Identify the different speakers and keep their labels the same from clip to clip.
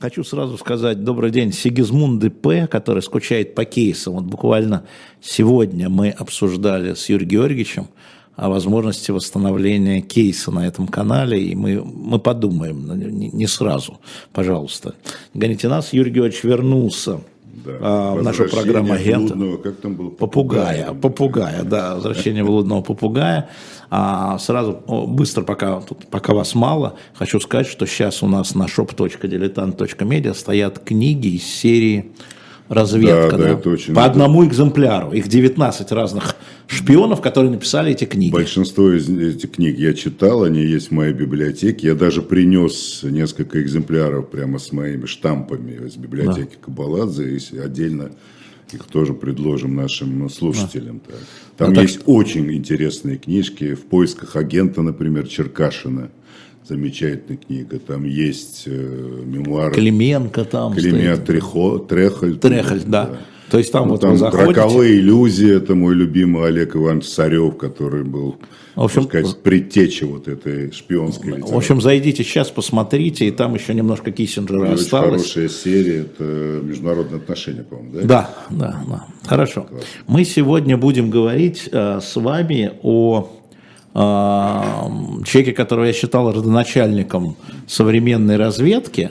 Speaker 1: Хочу сразу сказать добрый день Сигизмунду П., который скучает по кейсам. Вот буквально сегодня мы обсуждали с Юрием Георгиевичем о возможности восстановления кейса на этом канале, и мы подумаем, не сразу, пожалуйста. Не гоните нас, Юрий Георгиевич вернулся в нашу программу «Агента».
Speaker 2: Как там было?
Speaker 1: Попугая, да, возвращение блудного попугая. Сразу, быстро, пока вас мало, хочу сказать, что сейчас у нас на shop.diletant.media стоят книги из серии «Разведка».
Speaker 2: Да, это очень
Speaker 1: по одному экземпляру. Их 19 разных шпионов, которые написали эти книги.
Speaker 2: Большинство из этих книг я читал, они есть в моей библиотеке. Я даже принес несколько экземпляров прямо с моими штампами из библиотеки Кабаладзе, и отдельно их тоже предложим нашим слушателям. Там есть очень интересные книжки. «В поисках агента», например, Черкашина. Замечательная книга. Там есть мемуары
Speaker 1: Клименко там.
Speaker 2: Трехоль.
Speaker 1: Да. То есть там
Speaker 2: там «Роковые иллюзии», это мой любимый Олег Иванович Царев, который был,
Speaker 1: в общем,
Speaker 2: так сказать, предтечей вот этой шпионской литературы.
Speaker 1: В общем, зайдите сейчас, посмотрите, и там еще немножко Киссинджера
Speaker 2: и
Speaker 1: осталось.
Speaker 2: Очень хорошая серия, это международные отношения, по-моему, да?
Speaker 1: Да. Хорошо. Класс. Мы сегодня будем говорить с вами о человеке, которого я считал родоначальником современной разведки.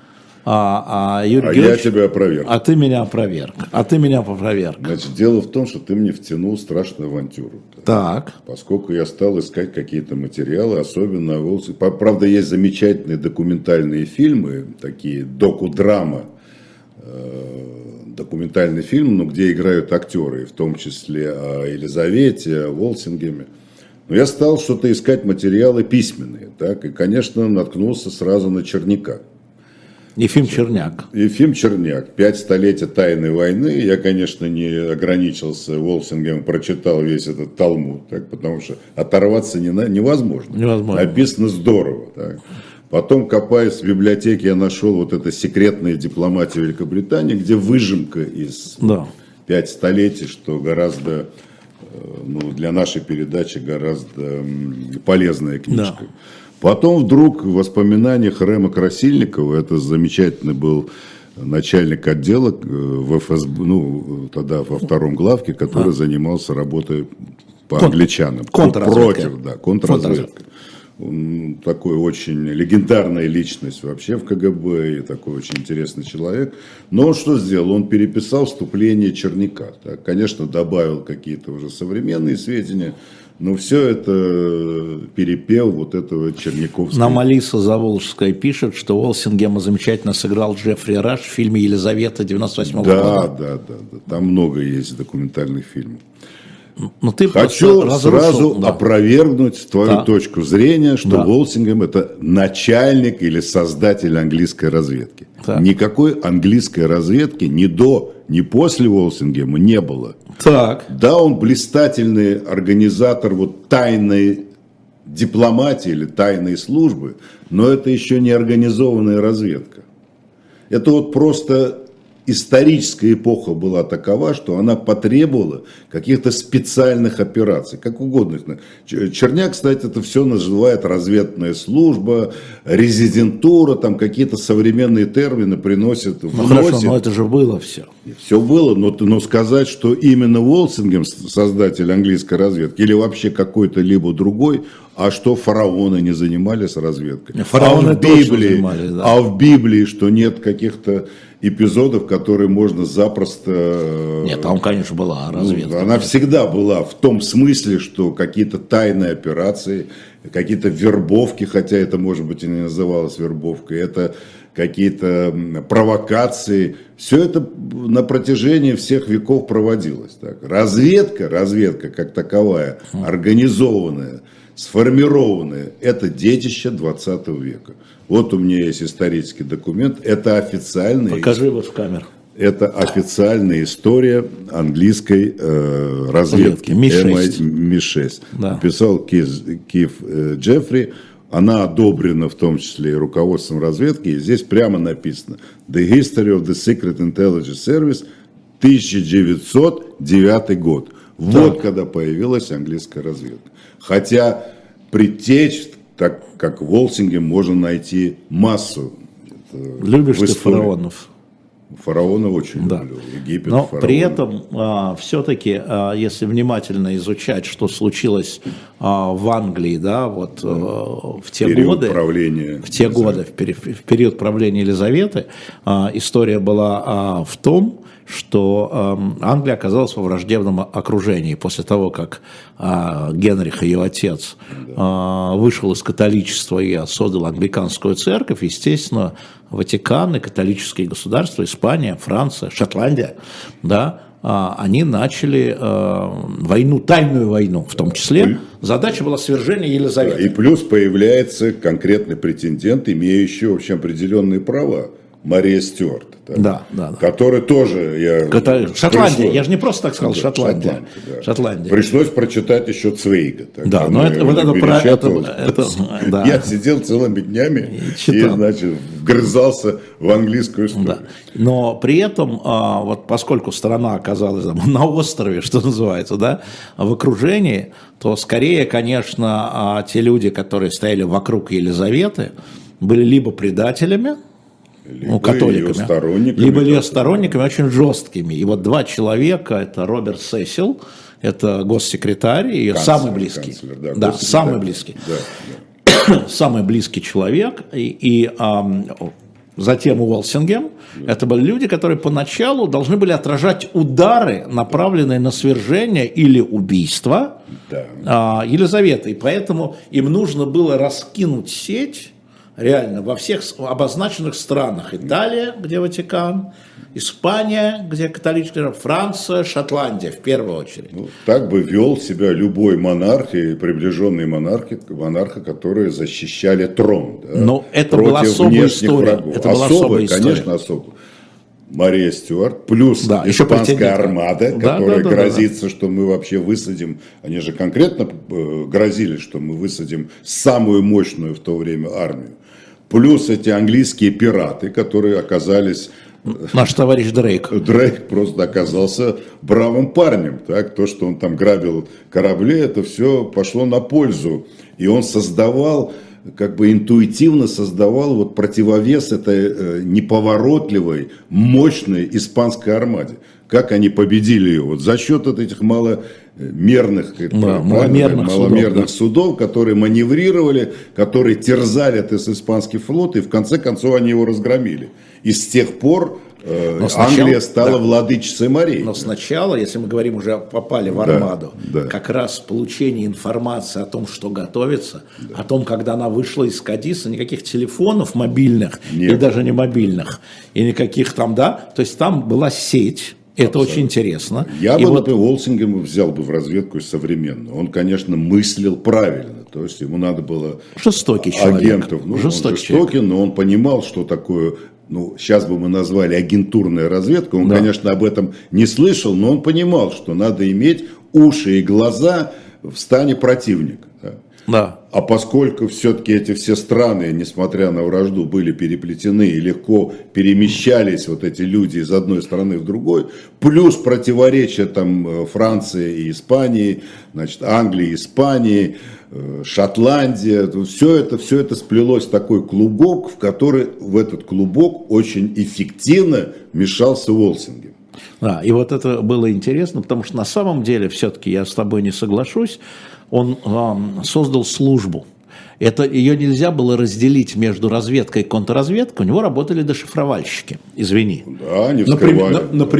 Speaker 2: Я тебя опроверг.
Speaker 1: А ты меня опроверг.
Speaker 2: Значит, дело в том, что ты мне втянул страшную авантюру.
Speaker 1: Так.
Speaker 2: Поскольку я стал искать какие-то материалы, особенно... Правда, есть замечательные документальные фильмы, такие докудрама, документальный фильм, где играют актеры, в том числе о Елизавете, о Волсингеме. Но я стал что-то искать материалы письменные. Так, и, конечно, наткнулся сразу на Черняка.
Speaker 1: Ефим Черняк.
Speaker 2: 5 столетий тайной войны. Я, конечно, не ограничился Волсингемом, прочитал весь этот Талмуд, так, потому что оторваться невозможно. Написано здорово. Так. Потом, копаясь в библиотеке, я нашел вот это «Секретная дипломатия Великобритании», где выжимка из 5 столетий, что гораздо, для нашей передачи гораздо полезная книжка. Да. Потом вдруг в воспоминаниях Рема Красильникова, это замечательный был начальник отдела в ФСБ, тогда во втором главке, который занимался работой по англичанам. Контрразведкой. Он такой очень легендарная личность вообще в КГБ и такой очень интересный человек. Но он что сделал? Он переписал вступление Черняка. Так, конечно, добавил какие-то уже современные сведения. Но все это перепел вот этого Черняковского.
Speaker 1: Нам Алиса Заволжская пишет, что Волсингема замечательно сыграл Джеффри Раш в фильме «Елизавета» 98 года.
Speaker 2: Да. Там много есть документальных фильмов.
Speaker 1: Но ты
Speaker 2: Хочу сразу опровергнуть твою точку зрения, что Волсингем это начальник или создатель английской разведки. Так. Никакой английской разведки ни до, ни после Волсингема не было.
Speaker 1: Так.
Speaker 2: Да, он блистательный организатор тайной дипломатии или тайной службы, но это еще не организованная разведка. Это просто... Историческая эпоха была такова, что она потребовала каких-то специальных операций, как угодно. Черняк, кстати, это все называет разведная служба, резидентура, там какие-то современные термины приносят.
Speaker 1: Хорошо, но это же было все.
Speaker 2: Все было, но сказать, что именно Волсингем создатель английской разведки или вообще какой-то либо другой, а что фараоны не занимались разведкой.
Speaker 1: Фараоны точно занимались, да.
Speaker 2: А в Библии, что нет каких-то эпизодов, которые можно запросто...
Speaker 1: Нет, там, конечно, была разведка.
Speaker 2: Она всегда была в том смысле, что какие-то тайные операции, какие-то вербовки, хотя это, может быть, и не называлось вербовкой, это какие-то провокации. Все это на протяжении всех веков проводилось. Так. Разведка как таковая, организованная, сформированное, это детище 20 века. Вот у меня есть исторический документ, это официальный...
Speaker 1: Покажи его в камеру.
Speaker 2: Это официальная история английской разведки. Ми-6.
Speaker 1: Да.
Speaker 2: Написал Киф Джеффри. Она одобрена в том числе и руководством разведки. И здесь прямо написано The History of the Secret Intelligence Service, 1909 год. Вот когда появилась английская разведка. Хотя предтечь, так как Волсингем, можно найти массу
Speaker 1: Любишь ты фараонов?
Speaker 2: Фараона очень люблю.
Speaker 1: Египет, но фараон. При этом все-таки, если внимательно изучать, что случилось в Англии, да, вот в те годы, в период правления Елизаветы, история была в том, что Англия оказалась во враждебном окружении после того, как Генрих, ее отец, вышел из католичества и создал англиканскую церковь. Естественно, Ватикан и католические государства, Испания, Франция, Шотландия, да, они начали войну, тайную войну в том числе. Задача была свержение Елизаветы.
Speaker 2: И плюс появляется конкретный претендент, имеющий вообще определенные права. Мария Стюарт,
Speaker 1: да.
Speaker 2: Который тоже...
Speaker 1: Шотландия, я же не просто так сказал, Шотландия. Шотландия.
Speaker 2: Пришлось прочитать еще Цвейга.
Speaker 1: Да, но
Speaker 2: Я сидел целыми днями и, значит, вгрызался в английскую историю. Да.
Speaker 1: Но при этом, вот поскольку страна оказалась на острове, что называется, да, в окружении, то скорее, конечно, те люди, которые стояли вокруг Елизаветы, были либо предателями, католиками, либо ее сторонниками очень жесткими. И вот два человека, это Роберт Сесил, это госсекретарь, ее самый близкий. Канцлер, да, самый близкий. Да. Самый близкий человек. И затем Уолсингем. Это были люди, которые поначалу должны были отражать удары, направленные на свержение или убийство Елизаветы. И поэтому им нужно было раскинуть сеть реально во всех обозначенных странах. Италия, где Ватикан, Испания, где католическая, Франция, Шотландия в первую очередь.
Speaker 2: Так бы вел себя любой монарх и приближенный монарха, которые защищали трон. Да,
Speaker 1: но это была особая история.
Speaker 2: Это была особая, конечно, особая. Мария Стюарт, плюс испанская армада, которая грозится, что мы вообще высадим, они же конкретно грозили, что мы высадим самую мощную в то время армию. Плюс эти английские пираты, которые оказались...
Speaker 1: Наш товарищ Дрейк.
Speaker 2: Дрейк просто оказался бравым парнем. Так? То, что он там грабил корабли, это все пошло на пользу. И он создавал, как бы интуитивно создавал вот противовес этой неповоротливой, мощной испанской армаде. Как они победили ее? Вот за счет вот этих маломерных судов, которые маневрировали, которые терзали этот испанский флот, и в конце концов они его разгромили. И с тех пор Англия стала владычицей морей.
Speaker 1: Но сначала, если мы говорим, уже попали в армаду, как раз получение информации о том, что готовится, о том, когда она вышла из Кадиса, никаких телефонов мобильных, и даже не мобильных, и никаких там, то есть там была сеть. Это очень интересно.
Speaker 2: Я бы, например, Уолсингема взял бы в разведку современную. Он, конечно, мыслил правильно. То есть ему надо было
Speaker 1: жестокий
Speaker 2: агентов. Жестокий, но он понимал, что такое, сейчас бы мы назвали агентурная разведка. Он, конечно, об этом не слышал, но он понимал, что надо иметь уши и глаза в стане противника.
Speaker 1: Да.
Speaker 2: А поскольку все-таки эти все страны, несмотря на вражду, были переплетены и легко перемещались вот эти люди из одной страны в другой, плюс противоречия там Франции и Испании, значит, Англии, Испании, Шотландия, все это сплелось в такой клубок, в этот клубок очень эффективно мешался Уолсингем.
Speaker 1: Да, и вот это было интересно, потому что на самом деле, все-таки я с тобой не соглашусь, он создал службу. Ее нельзя было разделить между разведкой и контрразведкой. У него работали дешифровальщики, извини.
Speaker 2: Да, они вскрывали.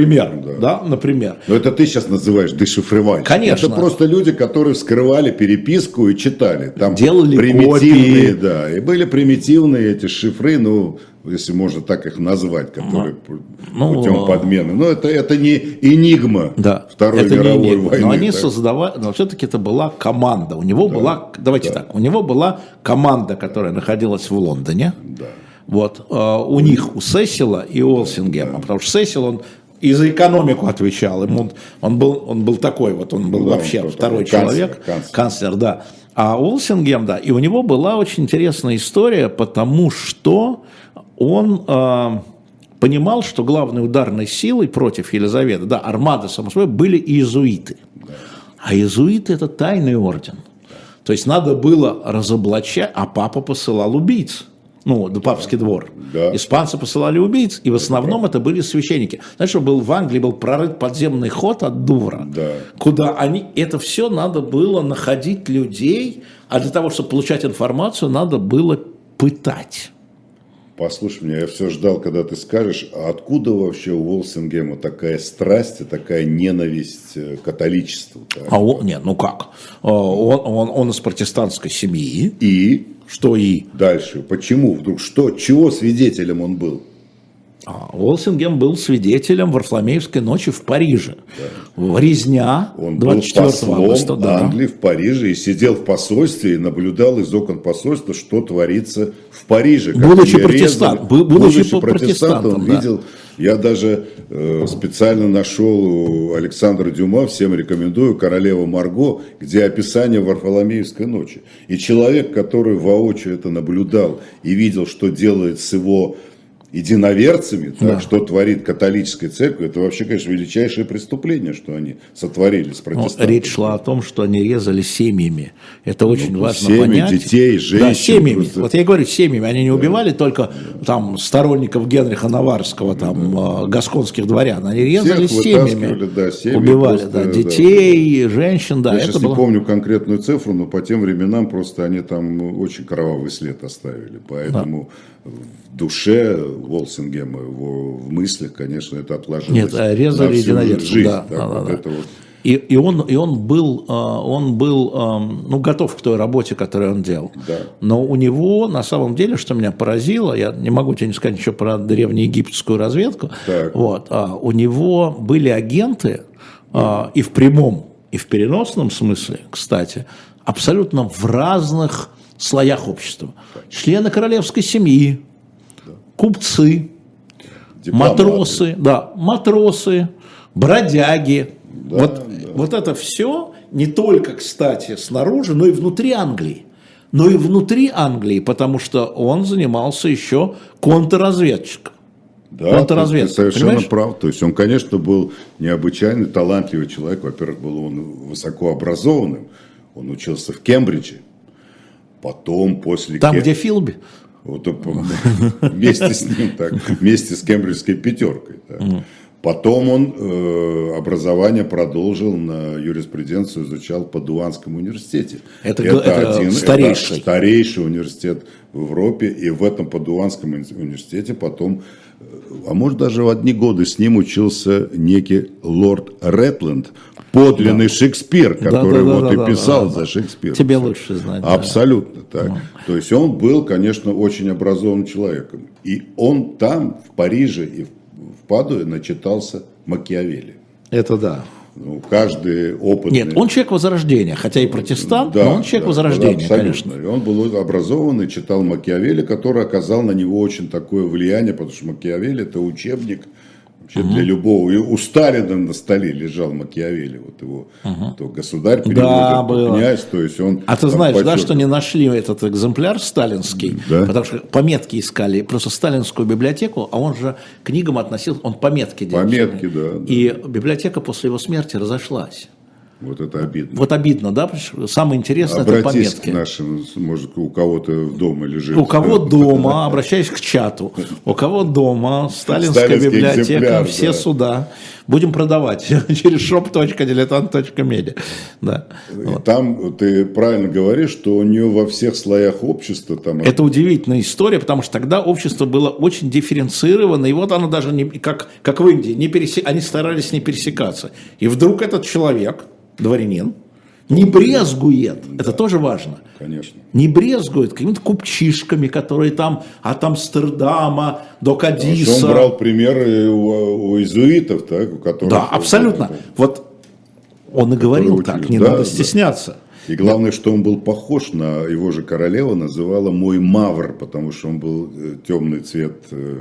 Speaker 1: Например.
Speaker 2: Но это ты сейчас называешь дешифровальщики.
Speaker 1: Конечно.
Speaker 2: Это просто люди, которые вскрывали переписку и читали. Там
Speaker 1: делали
Speaker 2: примитивные, копии. И были примитивные эти шифры, если можно так их назвать, которые путем подмены. Но это не энигма Второй мировой войны.
Speaker 1: Но они создавали, но все-таки это была команда. У него была, у него была команда, которая находилась в Лондоне.
Speaker 2: Да.
Speaker 1: Вот, у них, у Сесила и Уолсингема. Потому что Сесил, он и за экономику отвечал. Он был такой, он был вообще второй человек. Канцлер, да. А Уолсингем, и у него была очень интересная история, потому что он понимал, что главной ударной силой против Елизаветы, армада, само собой, были иезуиты. А иезуиты – это тайный орден. То есть надо было разоблачать, а папа посылал убийц. Ну, папский двор.
Speaker 2: Да.
Speaker 1: Испанцы посылали убийц, и в основном это были священники. Знаешь, что был в Англии, был прорыт подземный ход от Дувра, куда это все надо было находить людей, а для того, чтобы получать информацию, надо было пытать.
Speaker 2: Послушай меня, я все ждал, когда ты скажешь, а откуда вообще у Уолсингема такая страсть и такая ненависть к католичеству?
Speaker 1: Нет, ну как? Он из протестантской семьи.
Speaker 2: И?
Speaker 1: Что и?
Speaker 2: Дальше. Почему вдруг? Чего свидетелем он был?
Speaker 1: Уолсингем был свидетелем Варфоломеевской ночи в Париже.
Speaker 2: Да.
Speaker 1: Резня 24 августа.
Speaker 2: Он был Англии в Париже и сидел в посольстве и наблюдал из окон посольства, что творится в Париже.
Speaker 1: Будучи протестантом,
Speaker 2: он видел. Я даже специально нашел у Александра Дюма, всем рекомендую, «Королева Марго», где описание Варфоломеевской ночи. И человек, который воочию это наблюдал и видел, что делает с его единоверцами, так, что творит католическая церковь, это вообще, конечно, величайшее преступление, что они сотворили с протестантами.
Speaker 1: Речь шла о том, что они резали семьями. Это очень важно понять.
Speaker 2: Детей, женщин.
Speaker 1: Да, семьями. Просто... Вот я говорю, семьями. Они не убивали только там сторонников Генриха Наварского, там, гасконских дворян. Они резали семьями.
Speaker 2: Семьи
Speaker 1: убивали,
Speaker 2: просто,
Speaker 1: детей, женщин. Да,
Speaker 2: я сейчас не помню конкретную цифру, но по тем временам просто они там очень кровавый след оставили. Поэтому в душе Уолсингема, в мыслях, конечно, это отложилось.
Speaker 1: Нет, резали единоверцев.
Speaker 2: Жизнь.
Speaker 1: Да,
Speaker 2: так,
Speaker 1: да,
Speaker 2: вот
Speaker 1: да.
Speaker 2: это вот.
Speaker 1: И он был готов к той работе, которую он делал.
Speaker 2: Да.
Speaker 1: Но у него, на самом деле, что меня поразило, я не могу тебе не сказать ничего про древнеегипетскую разведку, у него были агенты, и в прямом, и в переносном смысле, кстати, абсолютно в разных слоях общества. Члены королевской семьи, купцы, матросы, бродяги. Вот это все не только, кстати, снаружи, но и внутри Англии. Потому что он занимался еще контрразведчиком.
Speaker 2: Да, ты совершенно прав. То есть он, конечно, был необычайно талантливый человек. Во-первых, был он высокообразованным. Он учился в Кембридже. Потом, после...
Speaker 1: Там, где Филби?
Speaker 2: Вот, вместе с ним, вместе с кембриджской пятеркой. Потом он образование продолжил на юриспруденцию, изучал в Падуанском университете.
Speaker 1: Это
Speaker 2: старейший университет в Европе. И в этом Падуанском университете потом, а может даже в одни годы с ним учился некий лорд Ретленд, подлинный Шекспир, который и писал за Шекспира.
Speaker 1: Тебе лучше знать.
Speaker 2: Абсолютно так. То есть он был, конечно, очень образованным человеком. И он там, в Париже и в Падуе, начитался Макиавелли.
Speaker 1: Это да.
Speaker 2: Каждый опытный...
Speaker 1: Нет, он человек Возрождения, хотя и протестант, но он человек Возрождения, конечно.
Speaker 2: И он был образованный, читал Макиавелли, который оказал на него очень такое влияние, потому что Макиавелли — это учебник вообще для любого. И у Сталина на столе лежал Макиавелли, вот его то государь переводит, то князь, то есть он...
Speaker 1: А ты знаешь, что не нашли этот экземпляр сталинский, потому что пометки искали, просто сталинскую библиотеку, а он же к книгам относился, он пометки делал.
Speaker 2: Пометки, да.
Speaker 1: И библиотека после его смерти разошлась.
Speaker 2: Вот это обидно.
Speaker 1: Вот обидно, да? Самое интересное — это пометки.
Speaker 2: Обратись к нашим, может, у кого-то дома лежит.
Speaker 1: У кого дома, обращаюсь к чату, у кого дома, сталинская библиотека, все суда. Будем продавать через shop.diletant.media. Да.
Speaker 2: Там ты правильно говоришь, что у нее во всех слоях общества... Там...
Speaker 1: Это удивительная история, потому что тогда общество было очень дифференцировано, и вот оно даже, не, как в Индии, они старались не пересекаться. И вдруг этот человек, дворянин, не брезгует, это тоже важно,
Speaker 2: конечно.
Speaker 1: Не брезгует какими-то купчишками, которые там от Амстердама до Кадиса.
Speaker 2: Он брал примеры у иезуитов, так, у которых...
Speaker 1: Да, абсолютно. Вот он и говорил так, не надо стесняться.
Speaker 2: И главное, что он был похож на его же королева, называла «мой мавр», потому что он был темный цвет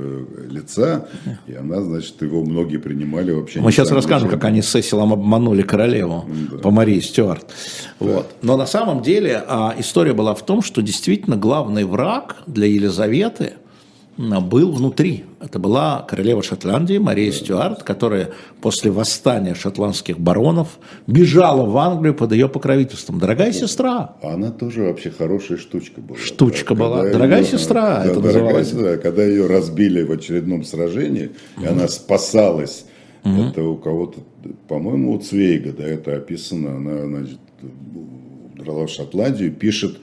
Speaker 2: лица, и она, значит, его многие принимали вообще.
Speaker 1: Мы сейчас расскажем, как они с Сесилом обманули королеву по Марии Стюарт. Да. Вот. Но на самом деле история была в том, что действительно главный враг для Елизаветы был внутри. Это была королева Шотландии Мария Стюарт, которая после восстания шотландских баронов бежала в Англию под ее покровительством. Дорогая сестра.
Speaker 2: Она тоже вообще хорошая штучка была.
Speaker 1: Штучка была. Дорогая сестра.
Speaker 2: Да, это называлось. Сестра, когда ее разбили в очередном сражении, и она спасалась. Это у кого-то, по-моему, у Цвейга, да, это описано. Она, значит, брала в Шотландию, пишет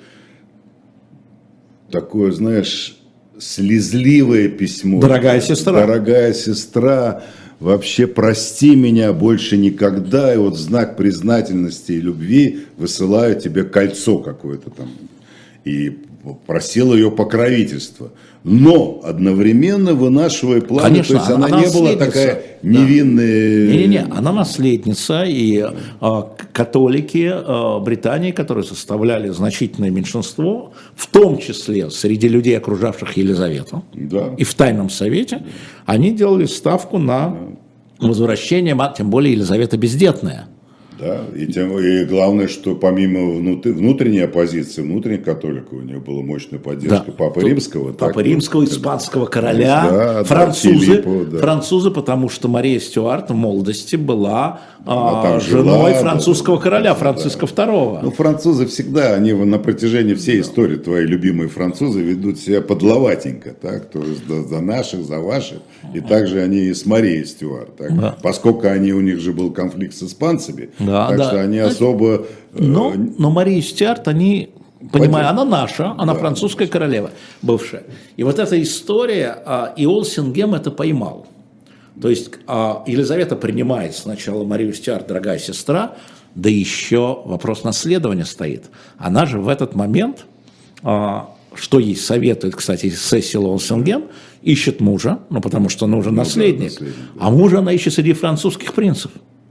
Speaker 2: такое, знаешь, слезливое письмо.
Speaker 1: Дорогая сестра.
Speaker 2: Дорогая сестра, вообще прости меня больше никогда. И вот в знак признательности и любви высылаю тебе кольцо какое-то там. И просил ее покровительства. Но одновременно вынашивая планы,
Speaker 1: конечно,
Speaker 2: то есть она не была такая невинная.
Speaker 1: Не-не-не, она наследница, и католики Британии, которые составляли значительное меньшинство, в том числе среди людей, окружавших Елизавету, и в Тайном Совете, они делали ставку на возвращение, тем более Елизавета бездетная.
Speaker 2: Да, и главное, что помимо внутренней оппозиции, внутренних католиков, у него была мощная поддержка Папы Римского.
Speaker 1: Папы Римского, испанского короля, французы, потому что Мария Стюарт в молодости была женой французского короля Франциска II.
Speaker 2: Ну, французы всегда, они на протяжении всей истории, твои любимые французы, ведут себя подловатенько, так, то есть за наших, за ваших, и также они и с Марией Стюарт, так, поскольку у них же был конфликт с испанцами. Так что они особо...
Speaker 1: Но Мария Стюарт, они, понимаю, она наша, она французская королева бывшая. И вот эта история, и Уолсингем это поймал. То есть Елизавета принимает сначала Марию Стюарт, дорогая сестра, да еще вопрос наследования стоит. Она же в этот момент, что ей советует, кстати, Сесил Уолсингем, ищет мужа, потому что нужен наследник. А мужа она ищет среди французских принцев.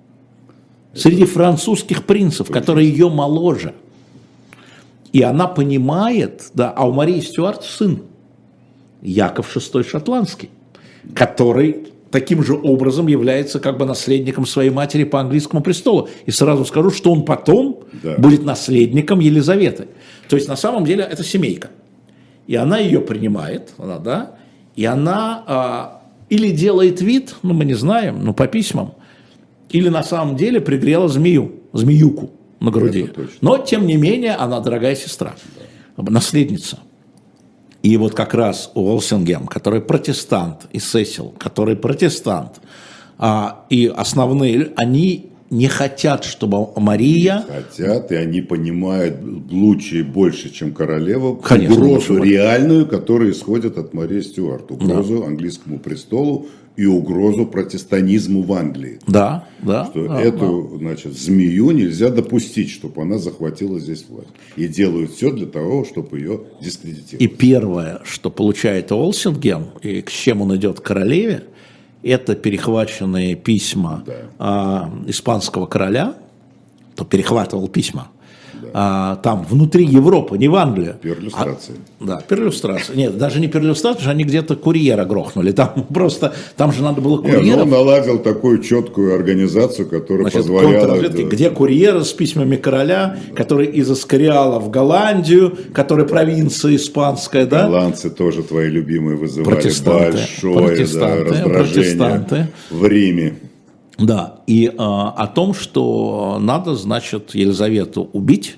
Speaker 1: Среди французских принцев, которые ее моложе. И она понимает, а у Марии Стюарт сын, Яков VI Шотландский, который таким же образом является как бы наследником своей матери по английскому престолу. И сразу скажу, что он потом будет наследником Елизаветы. То есть на самом деле это семейка. И она ее принимает, и она или делает вид, мы не знаем, по письмам, или на самом деле пригрела змеюку на груди. Но, тем не менее, она дорогая сестра, наследница. И вот как раз Уолсингем, который протестант, и Сесил, который протестант, и основные, они не хотят, чтобы Мария...
Speaker 2: Хотят, и они понимают лучше и больше, чем королева, угрозу реальную, которая исходит от Марии Стюарт. Угрозу английскому престолу и угрозу протестантизму в Англии. Эту, значит, змею нельзя допустить, чтобы она захватила здесь власть. И делают все для того, чтобы ее дискредитировать.
Speaker 1: И первое, что получает Уолсингем, и к чем он идет к королеве, это перехваченные письма испанского короля, кто перехватывал письма, там внутри Европы, не в Англии.
Speaker 2: Перлюстрация.
Speaker 1: Перлюстрация. Нет, даже не перлюстрация, потому что они где-то курьера грохнули. Там же надо было курьеров.
Speaker 2: Он наладил такую четкую организацию, которая позволяла...
Speaker 1: Где курьеры с письмами короля, который из Эскориала в Голландию, который провинция испанская,
Speaker 2: Голландцы тоже твои любимые вызывали большое раздражение в Риме.
Speaker 1: И о том, что надо, значит, Елизавету убить,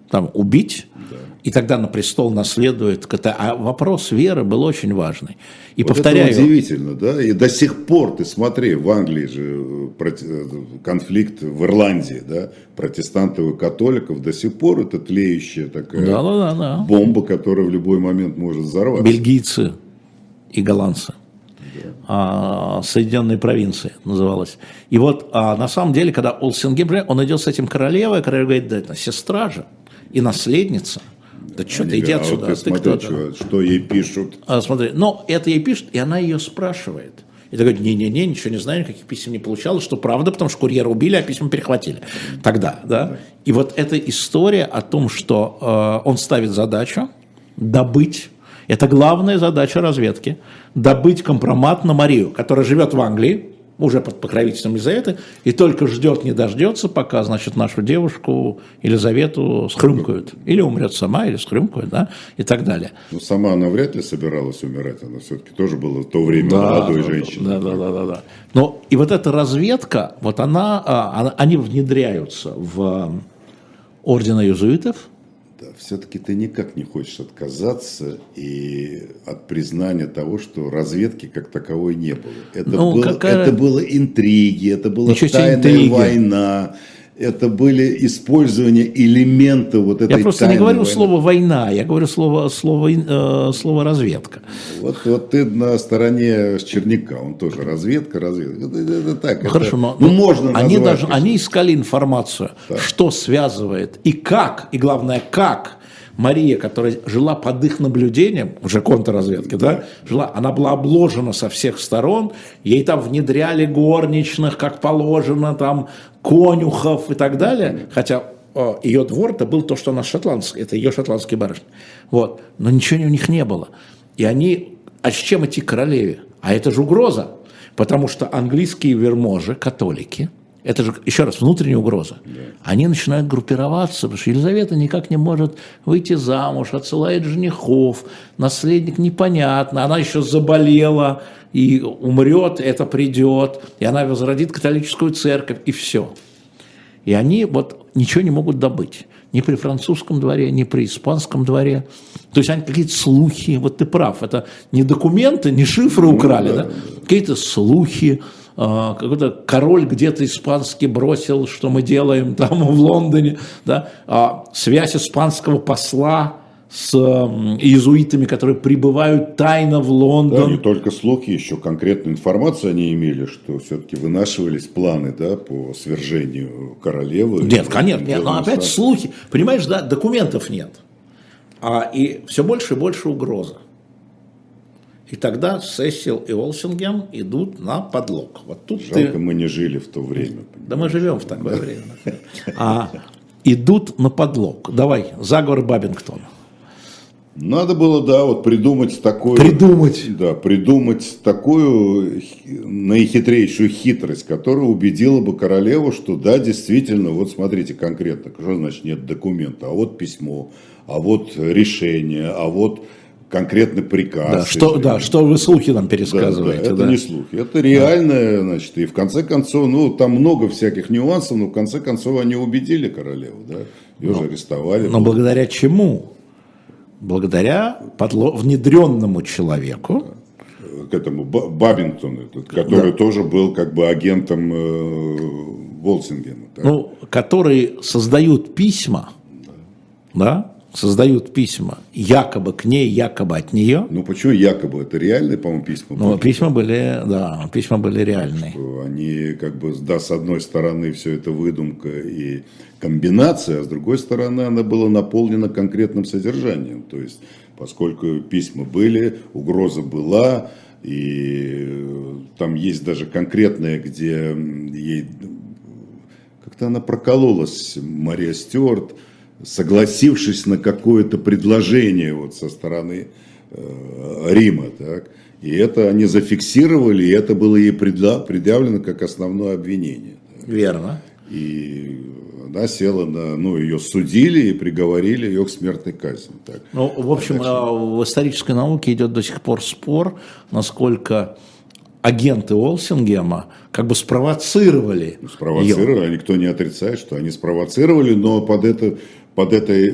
Speaker 1: и тогда на престол наследует. А вопрос веры был очень важный. И повторяю.
Speaker 2: Это удивительно, и до сих пор, ты смотри, в Англии же конфликт в Ирландии, протестантов и католиков, до сих пор это тлеющая такая бомба, которая в любой момент может взорваться.
Speaker 1: Бельгийцы и голландцы. Соединенные провинции называлось. И вот на самом деле, когда Уолсингем, он идет с этим королевой, королева говорит, да это сестра же и наследница. Да что ты, иди отсюда.
Speaker 2: Вот ты смотри, что ей пишут.
Speaker 1: Смотри, это ей пишут, и она ее спрашивает. И говорит, не-не-не, ничего не знаю, никаких писем не получалось, что правда, потому что курьера убили, а письма перехватили. Тогда. И вот эта история о том, что он ставит задачу добыть. Это главная задача разведки – добыть компромат на Марию, которая живет в Англии, уже под покровительством Елизаветы, и только ждет, не дождется, пока, значит, нашу девушку Елизавету схрюмкают. Или умрет сама, или схрюмкают, да, и так далее.
Speaker 2: Ну, сама она вряд ли собиралась умирать, она все-таки тоже была в то время молодой женщиной.
Speaker 1: Да. Но и вот эта разведка, вот они внедряются в орден иезуитов.
Speaker 2: Да, все-таки ты никак не хочешь отказаться и от признания того, что разведки как таковой не было. Это было интриги, это была тайная война, это были использование элементов вот этой тайной войны.
Speaker 1: Я просто не говорю слово «война», я говорю слово «разведка».
Speaker 2: Вот ты на стороне Черняка, он тоже разведка. Это так.
Speaker 1: Хорошо, но
Speaker 2: можно назвать.
Speaker 1: Они искали информацию, да, что связывает и как, и главное, как Мария, которая жила под их наблюдением, уже контрразведки, да, она была обложена со всех сторон, ей там внедряли горничных, как положено, там конюхов и так далее, хотя ее двор это был то, что она шотландская, это ее шотландские барышни, вот, но ничего у них не было, и они, а с чем идти к королеве? А это же угроза, потому что английские вельможи, католики, это же, еще раз, внутренняя угроза. Да. Они начинают группироваться, потому что Елизавета никак не может выйти замуж, отсылает женихов, наследник непонятно, она еще заболела и умрет, это придет, и она возродит католическую церковь, и все. И они вот ничего не могут добыть. Ни при французском дворе, ни при испанском дворе. То есть они какие-то слухи, вот ты прав, это не документы, не шифры украли, да? Какие-то слухи. Какой-то король где-то испанский бросил, что мы делаем там в Лондоне, да? Связь испанского посла с иезуитами, которые прибывают тайно в Лондон.
Speaker 2: Да, не только слухи, еще конкретную информацию они имели, что все-таки вынашивались планы, да, по свержению королевы.
Speaker 1: Нет, конечно, нет, но опять слухи, понимаешь, да, документов нет, и все больше и больше угроза. И тогда Сесил и Уолсингем идут на подлог. Вот тут
Speaker 2: жалко, мы не жили в то время.
Speaker 1: Да мы живем в такое время. Идут на подлог. Давай, заговор Бабингтона.
Speaker 2: Надо было, да, вот придумать такую наихитрейшую хитрость, которая убедила бы королеву, что да, действительно, вот смотрите конкретно, что значит нет документа, а вот письмо, а вот решение, а вот конкретный приказ.
Speaker 1: Что вы слухи нам пересказываете.
Speaker 2: Это не слухи, это реальное, значит, и в конце концов, там много всяких нюансов, но в конце концов они убедили королеву, да, ее же арестовали.
Speaker 1: Но благодаря чему? Благодаря внедренному человеку.
Speaker 2: К этому Бабингтону, который тоже был как бы агентом Уолсингема.
Speaker 1: Которые создают письма, создают письма якобы к ней, якобы от нее.
Speaker 2: Почему якобы? Это реальные, по-моему, письма?
Speaker 1: Письма были реальные.
Speaker 2: Что они как бы, да, с одной стороны все это выдумка и комбинация, а с другой стороны она была наполнена конкретным содержанием. То есть, поскольку письма были, угроза была, и там есть даже конкретное, где ей как-то она прокололась, Мария Стюарт, согласившись на какое-то предложение вот со стороны Рима, так, и это они зафиксировали, и это было ей предъявлено как основное обвинение. Так.
Speaker 1: Верно.
Speaker 2: И она села ее судили и приговорили ее к смертной казни. Так.
Speaker 1: В общем, в исторической науке идет до сих пор спор, насколько агенты Уолсингема как бы спровоцировали.
Speaker 2: Спровоцировали, никто не отрицает, что они спровоцировали, но под этой,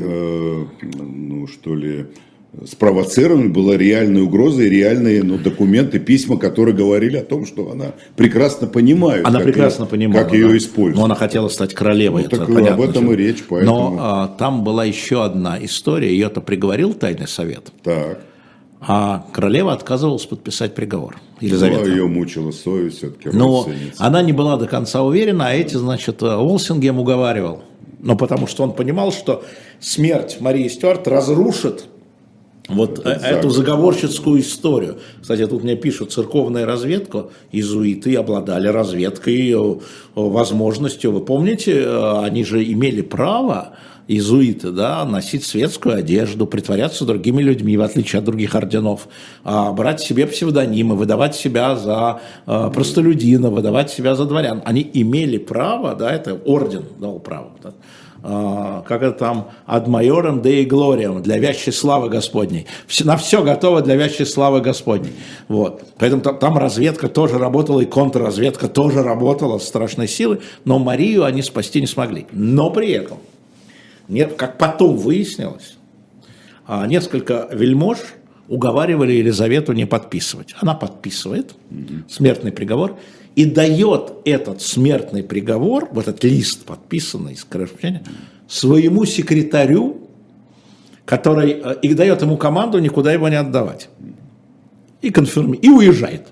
Speaker 2: спровоцирована была реальная угроза и реальные документы, письма, которые говорили о том, что она прекрасно понимает, как ее используют.
Speaker 1: Но она хотела стать королевой.
Speaker 2: Так об этом и речь. Поэтому...
Speaker 1: Но там была еще одна история, ее-то приговорил Тайный совет.
Speaker 2: Так.
Speaker 1: А королева отказывалась подписать приговор. Елизавета.
Speaker 2: Ее мучила совесть все-таки.
Speaker 1: Но она не была до конца уверена, а Уолсингем уговаривал. Потому что он понимал, что смерть Марии Стюарт разрушит эту заговорщицкую историю. Кстати, тут мне пишут, церковная разведка, иезуиты обладали разведкой, возможностью. Вы помните, они же имели право иезуиты, да, носить светскую одежду, притворяться другими людьми, в отличие от других орденов, брать себе псевдонимы, выдавать себя за простолюдина, выдавать себя за дворян. Они имели право, да, это орден дал право, да, как это там, ad maiorem Dei gloriam, для вящей славы Господней. На все готово для вящей славы Господней. Вот. Поэтому там разведка тоже работала, и контрразведка тоже работала с страшной силой, но Марию они спасти не смогли. Но при этом, как потом выяснилось, несколько вельмож уговаривали Елизавету не подписывать. Она подписывает смертный приговор и дает этот смертный приговор, вот этот лист подписанный, своему секретарю, который и дает ему команду никуда его не отдавать. И конфирмирует, и уезжает.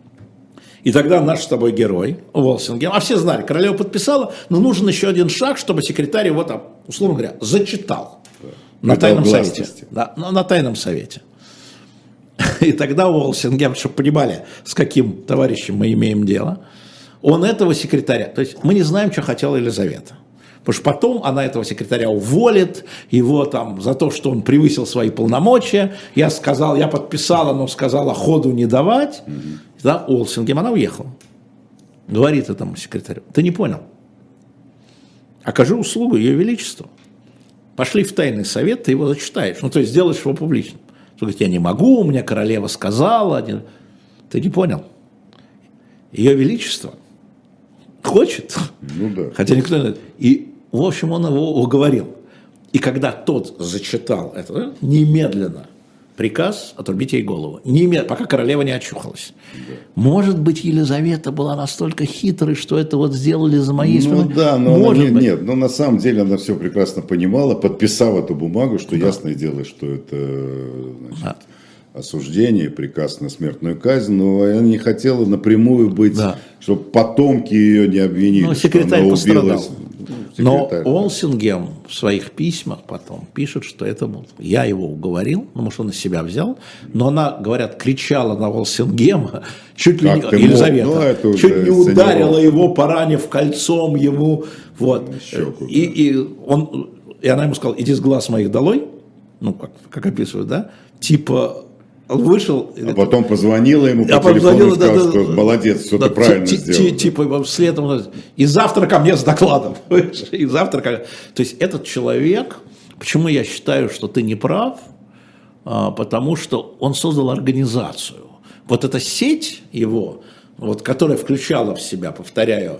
Speaker 1: И тогда наш с тобой герой, Уолсингем, а все знали, королева подписала, но нужен еще один шаг, чтобы секретарь его там, условно говоря, зачитал на тайном совете. Да, на тайном совете. И тогда Уолсингем, чтобы понимали, с каким товарищем мы имеем дело, он этого секретаря, то есть мы не знаем, что хотела Елизавета. Потому что потом она этого секретаря уволит, его там за то, что он превысил свои полномочия. Я подписала, но сказала ходу не давать. Да, Уолсингем, она уехала. Говорит этому секретарю: ты не понял, окажи услугу Ее Величеству. Пошли в тайный совет, ты его зачитаешь. Ну, то есть сделаешь его публичным. Он говорит: я не могу, у меня королева сказала. Ты не понял. Ее Величество хочет, хотя никто не... И, в общем, он его уговорил. И когда тот зачитал это, немедленно приказ отрубить ей голову. Пока королева не очухалась. Да. Может быть, Елизавета была настолько хитрой, что это вот сделали за моей спиной?
Speaker 2: Ну да, но нет, но на самом деле она все прекрасно понимала, подписав эту бумагу, что ясное дело, что это, значит, осуждение, приказ на смертную казнь, но она не хотела напрямую быть, чтобы потомки ее не обвинили,
Speaker 1: но секретарь пострадал. Но Уолсингем в своих письмах потом пишет, что это был. Я его уговорил, потому что он на себя взял, но она, говорят, кричала на Уолсингема, чуть ли не Елизавета, чуть не ударила его, поранив кольцом ему. Вот. И она ему сказала: иди с глаз моих долой, ну, как описывают, да, типа... Вышел.
Speaker 2: А потом позвонила ему по телефону и сказала, что молодец, все ты правильно сделал.
Speaker 1: Типа следом. И завтра ко мне с докладом. И завтра. То есть этот человек, почему я считаю, что ты не прав, потому что он создал организацию. Вот эта сеть его, вот, которая включала в себя, повторяю,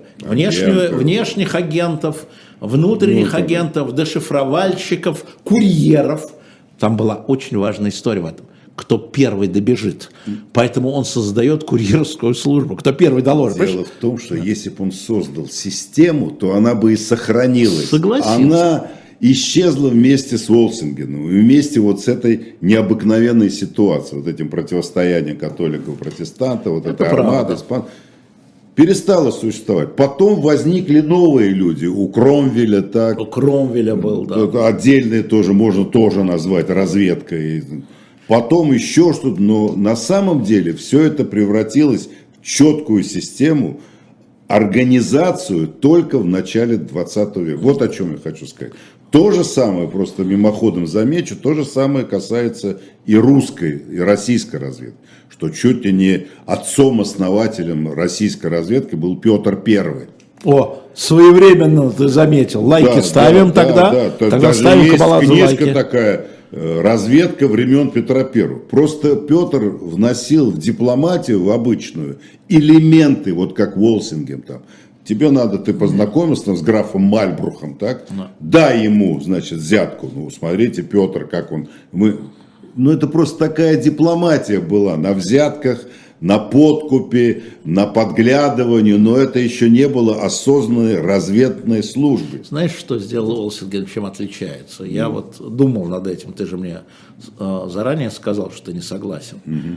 Speaker 1: внешних агентов, внутренних агентов, дешифровальщиков, курьеров. Там была очень важная история в этом. Кто первый добежит. Поэтому он создает курьерскую службу. Кто первый доложит.
Speaker 2: Дело в том, что если бы он создал систему, то она бы и сохранилась.
Speaker 1: Согласен.
Speaker 2: Она исчезла вместе с Уолсингемом. И вместе вот с этой необыкновенной ситуацией, вот этим противостоянием католиков, протестантов, вот этой армады, перестала существовать. Потом возникли новые люди. У Кромвеля так.
Speaker 1: У Кромвеля был, да.
Speaker 2: Отдельные тоже, можно тоже назвать разведкой. Потом еще что-то, но на самом деле все это превратилось в четкую систему, организацию только в начале 20 века. Вот о чем я хочу сказать. То же самое, просто мимоходом замечу, то же самое касается и русской, и российской разведки. Что чуть ли не отцом-основателем российской разведки был Петр I.
Speaker 1: О, своевременно ты заметил. Лайки ставим тогда.
Speaker 2: Да.
Speaker 1: Тогда ставим Кабаладзе лайки.
Speaker 2: Книжка такая. Разведка времен Петра I. Просто Петр вносил в дипломатию, в обычную, элементы, вот как Уолсингем там. Тебе надо, ты познакомился там с графом Мальбрухом, так? Дай ему, значит, взятку. Ну, смотрите, Петр, как он... Ну, это просто такая дипломатия была на взятках, на подкупе, на подглядывании, но это еще не было осознанной разведной службы.
Speaker 1: Знаешь, что сделал Уолсингем, чем отличается? Я вот думал над этим, ты же мне заранее сказал, что ты не согласен.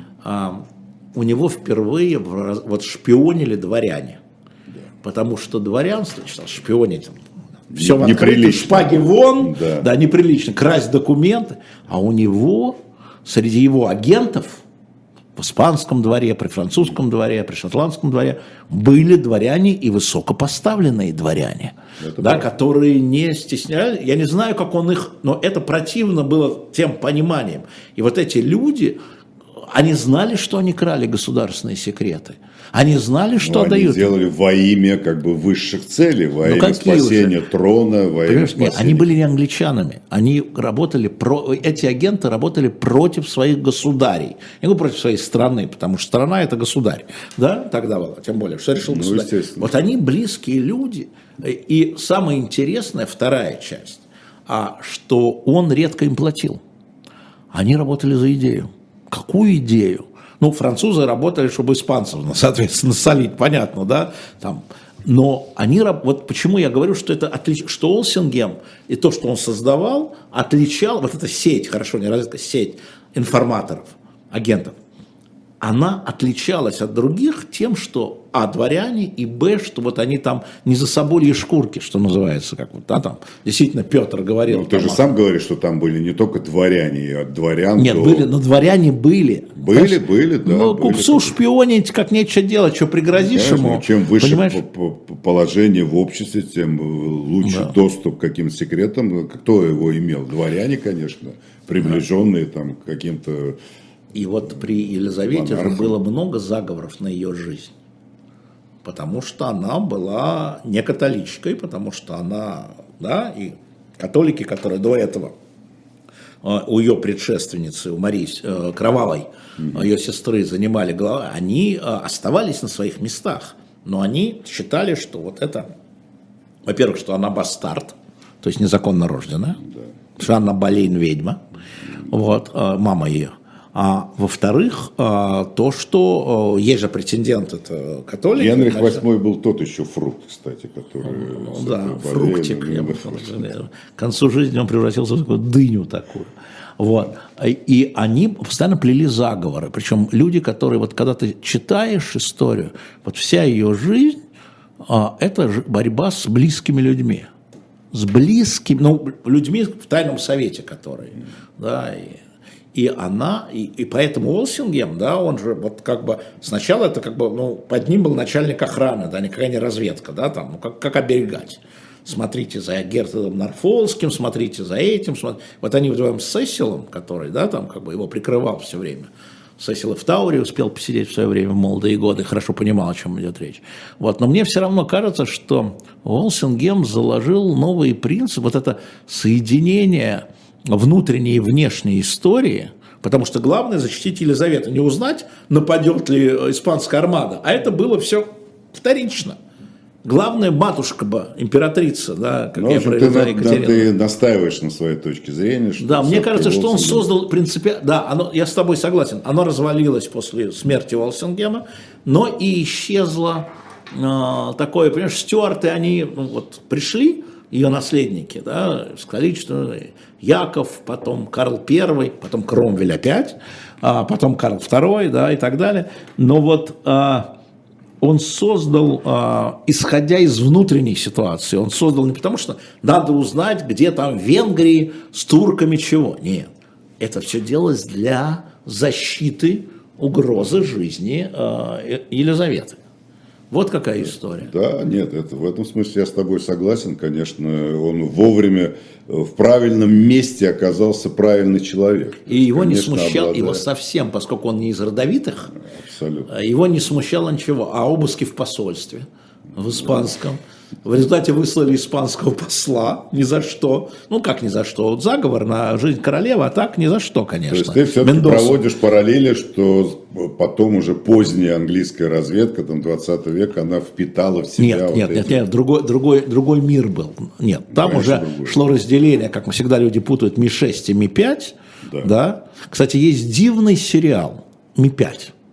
Speaker 1: У него впервые вот шпионили дворяне, потому что дворянство, шпионить, все в открытую, шпаги вон, да, неприлично, красть документы, а у него, среди его агентов, в испанском дворе, при французском дворе, при шотландском дворе были дворяне и высокопоставленные дворяне, да, которые не стеснялись. Я не знаю, как он их, но это противно было тем пониманием. И вот эти люди, они знали, что они крали государственные секреты. Они знали, что отдают.
Speaker 2: Они делали во имя как бы высших целей, во имя спасения трона, во имя спасения...
Speaker 1: Нет, они были не англичанами. Они работали, эти агенты работали против своих государей. Не говорю против своей страны, потому что страна это государь. Да, тогда было, тем более, что решил государь. Вот они близкие люди. И самое интересное, вторая часть, что он редко им платил. Они работали за идею. Какую идею? Ну, французы работали, чтобы испанцев, соответственно, солить, понятно, да? Там. Но они, вот почему я говорю, что это что Олсингем и то, что он создавал, отличал, вот эта сеть, хорошо, не разведка, сеть информаторов, агентов, она отличалась от других тем, что дворяне, и что вот они там не за собольи шкурки, что называется, как вот, там действительно Петр говорил.
Speaker 2: Ну, ты же сам говоришь, что там были не только дворяне, а дворян.
Speaker 1: Нет, были, но дворяне были.
Speaker 2: Были, да.
Speaker 1: Ну, купцу шпионить, как нечего делать, что пригрозишь ему.
Speaker 2: Чем выше положение в обществе, тем лучше доступ к каким-то секретам. Кто его имел? Дворяне, конечно, приближенные там к каким-то...
Speaker 1: И вот при Елизавете же было много заговоров на ее жизнь, потому что она была не католичкой, потому что она, да, и католики, которые до этого у ее предшественницы, у Марии Кровавой, ее сестры занимали главы, они оставались на своих местах, но они считали, что вот это, во-первых, что она бастард, то есть незаконно рожденная, что она Болейн ведьма, вот, мама ее. А во-вторых, то, что есть же претендент, это католик.
Speaker 2: Генрих VIII был тот еще фрукт, кстати, который...
Speaker 1: Да, фруктик. К концу жизни он превратился в такую дыню такую. Вот. И они постоянно плели заговоры. Причем люди, которые, вот когда ты читаешь историю, вот вся ее жизнь, это борьба с близкими людьми. С близкими, ну, людьми в тайном совете, которые, да, и она, и поэтому Олсингем, да, он же вот как бы, сначала это как бы, ну, под ним был начальник охраны, да, никакая не разведка, да, там, ну, как оберегать. Смотрите за Гертодом Норфолским, смотрите за этим, вот они вдвоем с Сесилом, который, да, там, как бы его прикрывал все время. Сесил и в Тауре успел посидеть в свое время в молодые годы, хорошо понимал, о чем идет речь. Вот. Но мне все равно кажется, что Олсингем заложил новые принципы, вот это соединение внутренней и внешней истории, потому что главное защитить Елизавету, не узнать, нападет ли испанская армада, а это было все вторично. Главное, матушка бы, императрица, да, как я произвела Екатерина.
Speaker 2: Ты настаиваешь на своей точке зрения. Что
Speaker 1: да, мне кажется, что он создал принципиально, да, я с тобой согласен, оно развалилось после смерти Олсингема, но и исчезло такое, понимаешь, стюарты, они вот пришли, ее наследники, да, сказали, что Яков, потом Карл I, потом Кромвель опять, потом Карл II, да, и так далее, но вот... Он создал, исходя из внутренней ситуации, он создал не потому, что надо узнать, где там в Венгрии с турками чего. Нет, это все делалось для защиты угрозы жизни Елизаветы. Вот какая история.
Speaker 2: Да, нет, это, в этом смысле я с тобой согласен, конечно, он вовремя в правильном месте оказался правильный человек.
Speaker 1: И его конечно, не смущал, его совсем, поскольку он не из родовитых, абсолютно. Его не смущало ничего, а обыски в посольстве, в испанском. В результате выслали испанского посла ни за что. Ну, как ни за что? Вот заговор на жизнь королевы, а так ни за что, конечно.
Speaker 2: То есть ты все-таки проводишь параллели, что потом уже поздняя английская разведка, там 20 век, она впитала в себя...
Speaker 1: Нет, другой мир был. Нет, там конечно, уже шло разделение, как всегда люди путают, Ми-6 и Ми-5. Да. Кстати, есть дивный сериал Ми-5.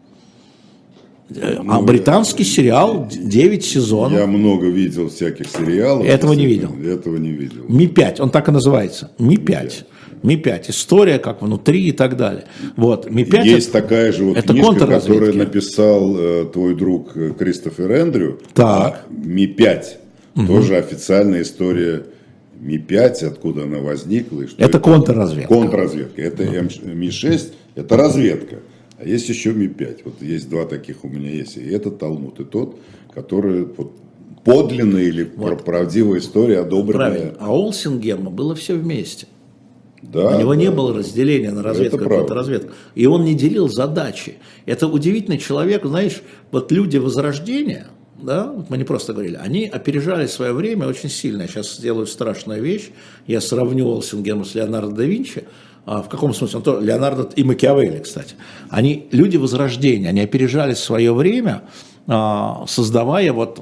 Speaker 1: А британский сериал 9 сезонов.
Speaker 2: Я много видел всяких сериалов.
Speaker 1: Этого не видел. Ми-5, он так и называется. Ми-5. Ми-5. История как внутри и так далее. Вот. Ми-5
Speaker 2: есть такая же вот книжка, которую написал твой друг Кристофер Эндрю.
Speaker 1: Так.
Speaker 2: Ми-5. Тоже официальная история Ми-5, откуда она возникла. И что
Speaker 1: это контрразведка.
Speaker 2: Контрразведка. Это Ми-6, это разведка. А есть еще Ми-5. Вот есть два таких у меня есть. И это Талмуд, и тот, который вот, подлинная или правдивая история, одобренная.
Speaker 1: Правильно. А у Олсенгема было все вместе.
Speaker 2: Да,
Speaker 1: у него не было разделения на разведку и контрразведку. И он не делил задачи. Это удивительный человек, знаешь, вот люди Возрождения, да, вот мы не просто говорили, они опережали свое время очень сильно. Я сейчас сделаю страшную вещь, я сравню Олсенгема с Леонардо да Винчи. В каком смысле? Он тоже, Леонардо и Макиавелли, кстати. Они люди Возрождения, они опережали свое время, создавая вот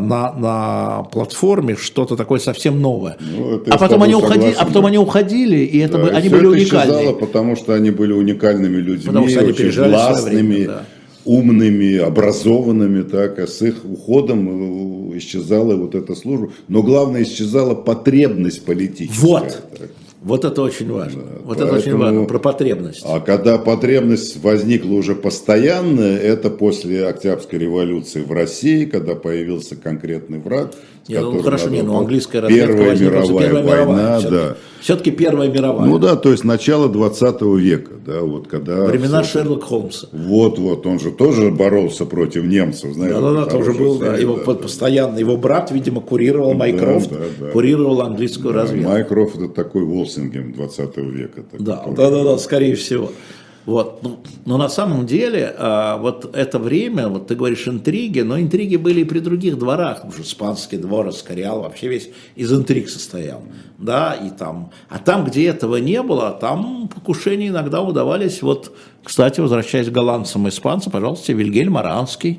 Speaker 1: на платформе что-то такое совсем новое.
Speaker 2: Ну,
Speaker 1: а потом они уходили, и это
Speaker 2: да,
Speaker 1: они были уникальны.
Speaker 2: Исчезало, потому что они были уникальными людьми,
Speaker 1: потому что они
Speaker 2: очень властными,
Speaker 1: время, да.
Speaker 2: умными, образованными, так, а с их уходом исчезала вот эта служба. Но главное, исчезала потребность политическая.
Speaker 1: Вот это очень важно. Да, вот поэтому, это очень важно, про потребность.
Speaker 2: А когда потребность возникла уже постоянно, это после Октябрьской революции в России, когда появился конкретный враг.
Speaker 1: Английская разведка
Speaker 2: Первая мировая война, да.
Speaker 1: Все-таки Первая мировая.
Speaker 2: Ну да, то есть начало 20 века, да, вот когда...
Speaker 1: Времена Шерлока Холмса.
Speaker 2: Вот, он же тоже боролся против немцев, знаете.
Speaker 1: Да, тоже был, да, его постоянно, его брат, видимо, курировал Майкрофт, курировал английскую разведку.
Speaker 2: Майкрофт это такой Волсингем 20 века.
Speaker 1: Да, скорее всего. Вот. Но на самом деле, вот это время, вот ты говоришь интриги, но интриги были и при других дворах. Уже испанский двор, Эскориал вообще весь из интриг состоял. Да, и там. А там, где этого не было, там покушения иногда удавались. Вот, кстати, возвращаясь к голландцам и испанцам, пожалуйста, Вильгельм Оранский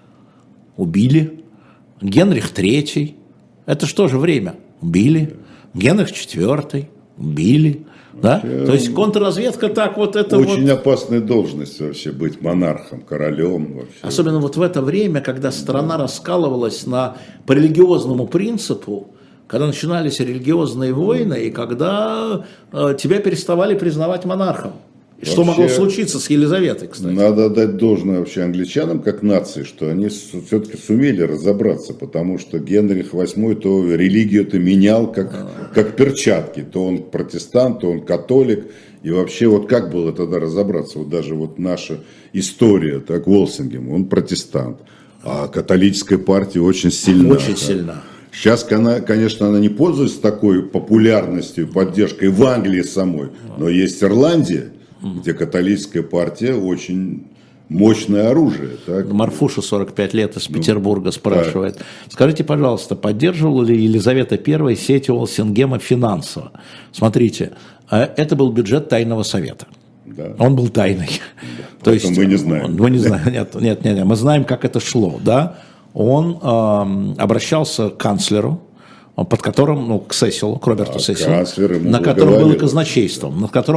Speaker 1: убили. Генрих III. Это что же время? Убили. Генрих IV. Убили. Да? То есть контрразведка так вот это
Speaker 2: очень опасная должность вообще быть монархом, королем вообще.
Speaker 1: Особенно вот в это время, когда страна раскалывалась по религиозному принципу, когда начинались религиозные войны и когда тебя переставали признавать монархом. И что могло случиться с Елизаветой, кстати?
Speaker 2: Надо отдать должное вообще англичанам как нации, что они все-таки сумели разобраться, потому что Генрих VIII то религию-то менял как перчатки. То он протестант, то он католик. И вообще вот как было тогда разобраться? Вот даже вот наша история, так, Волсингем, он протестант. А католическая партия очень сильна.
Speaker 1: Очень сильна.
Speaker 2: Сейчас, конечно, она не пользуется такой популярностью, поддержкой в Англии самой, но есть Ирландия, где католическая партия очень мощное оружие. Так?
Speaker 1: Марфуша, 45 лет, из Петербурга спрашивает. Так. Скажите, пожалуйста, поддерживала ли Елизавета I сеть Волсингема финансово? Смотрите, это был бюджет Тайного Совета. Да. Он был тайный.
Speaker 2: Да. То есть мы не знаем.
Speaker 1: Мы не знаем. Нет, мы знаем, как это шло. Да? Он обращался к канцлеру, под которым, к Сесилу, к Роберту Сесилу, на котором было казначейство.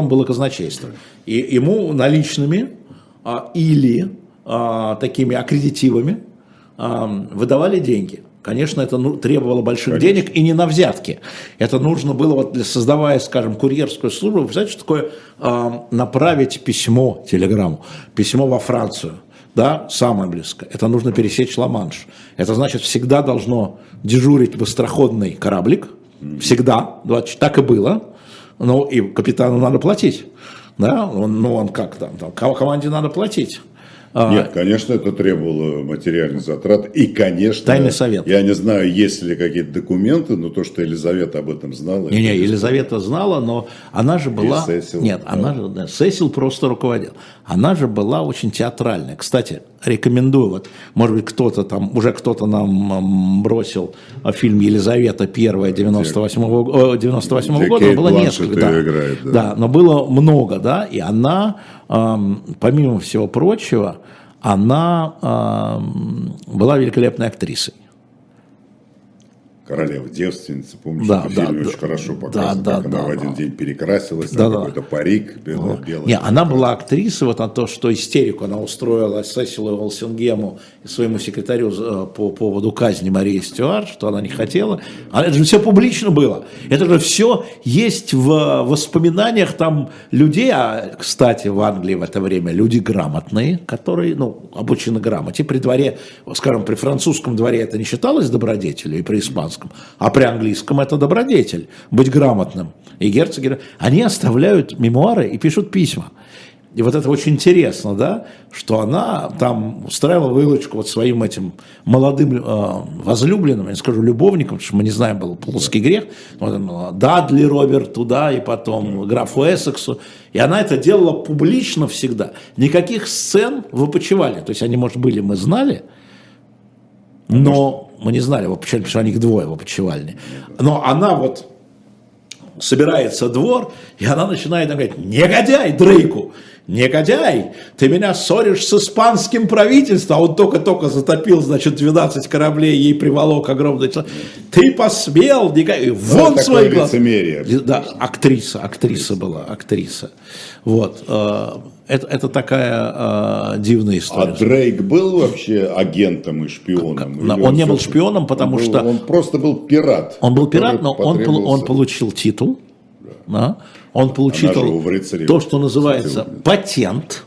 Speaker 1: И ему наличными или такими аккредитивами выдавали деньги. Конечно, это требовало больших денег и не на взятки. Это нужно было, вот создавая, скажем, курьерскую службу, вы знаете, что такое направить письмо, телеграмму, письмо во Францию. Да, самое близкое. Это нужно пересечь Ла-Манш. Это значит, всегда должно дежурить быстроходный кораблик. Всегда. Так и было. Ну, и капитану надо платить. Да? Он как там? Команде надо платить.
Speaker 2: Нет, конечно, это требовало материальных затрат. И, конечно,
Speaker 1: Тайный совет.
Speaker 2: Я не знаю, есть ли какие-то документы, но то, что Елизавета об этом знала.
Speaker 1: Не, Елизавета знала, но она же была...
Speaker 2: Сесил,
Speaker 1: нет, она же... Да, Сесил просто руководил. Она же была очень театральная. Кстати, рекомендую, вот, может быть, кто-то нам бросил фильм «Елизавета I» 98-го года. Было несколько. Да, играет, да, но было много, да, и она, помимо всего прочего, она была великолепной актрисой.
Speaker 2: Королева-девственница, помнишь, в фильме очень хорошо показано, как она в один день перекрасилась, какой-то парик белый.
Speaker 1: Не, она была актрисой, вот на то, что истерику она устроила Сесилу Волсингему и своему секретарю по поводу казни Марии Стюарт, что она не хотела. Это же все публично было. Это же все есть в воспоминаниях там людей, кстати, в Англии в это время люди грамотные, которые, обучены грамоте. При дворе, скажем, при французском дворе это не считалось добродетелью, и при испанском. А при английском это добродетель, быть грамотным. И герцоги, они оставляют мемуары и пишут письма. И вот это очень интересно, да, что она там устраивала вылазку вот своим этим молодым возлюбленным, я не скажу любовником, потому что мы не знаем, был плотский грех, Дадли Роберт туда, и потом графу Эссексу. И она это делала публично всегда. Никаких сцен в опочивальне. То есть они, может, были, мы знали, но мы не знали в опочивальне, потому что они их двое в опочивальне. Но она вот собирается двор, и она начинает говорить: негодяй Дрейку, негодяй, ты меня ссоришь с испанским правительством, а он только-только затопил, значит, 12 кораблей, ей приволок огромный человек. Ты посмел, негодяй, вон свои глаза. Да, актриса была, актриса. Вот. Это такая дивная история.
Speaker 2: А Дрейк был вообще агентом и шпионом?
Speaker 1: Он не был шпионом, потому что...
Speaker 2: Он просто был пират.
Speaker 1: Он был пират, но он получил титул. Да. Он получил то, что называется патент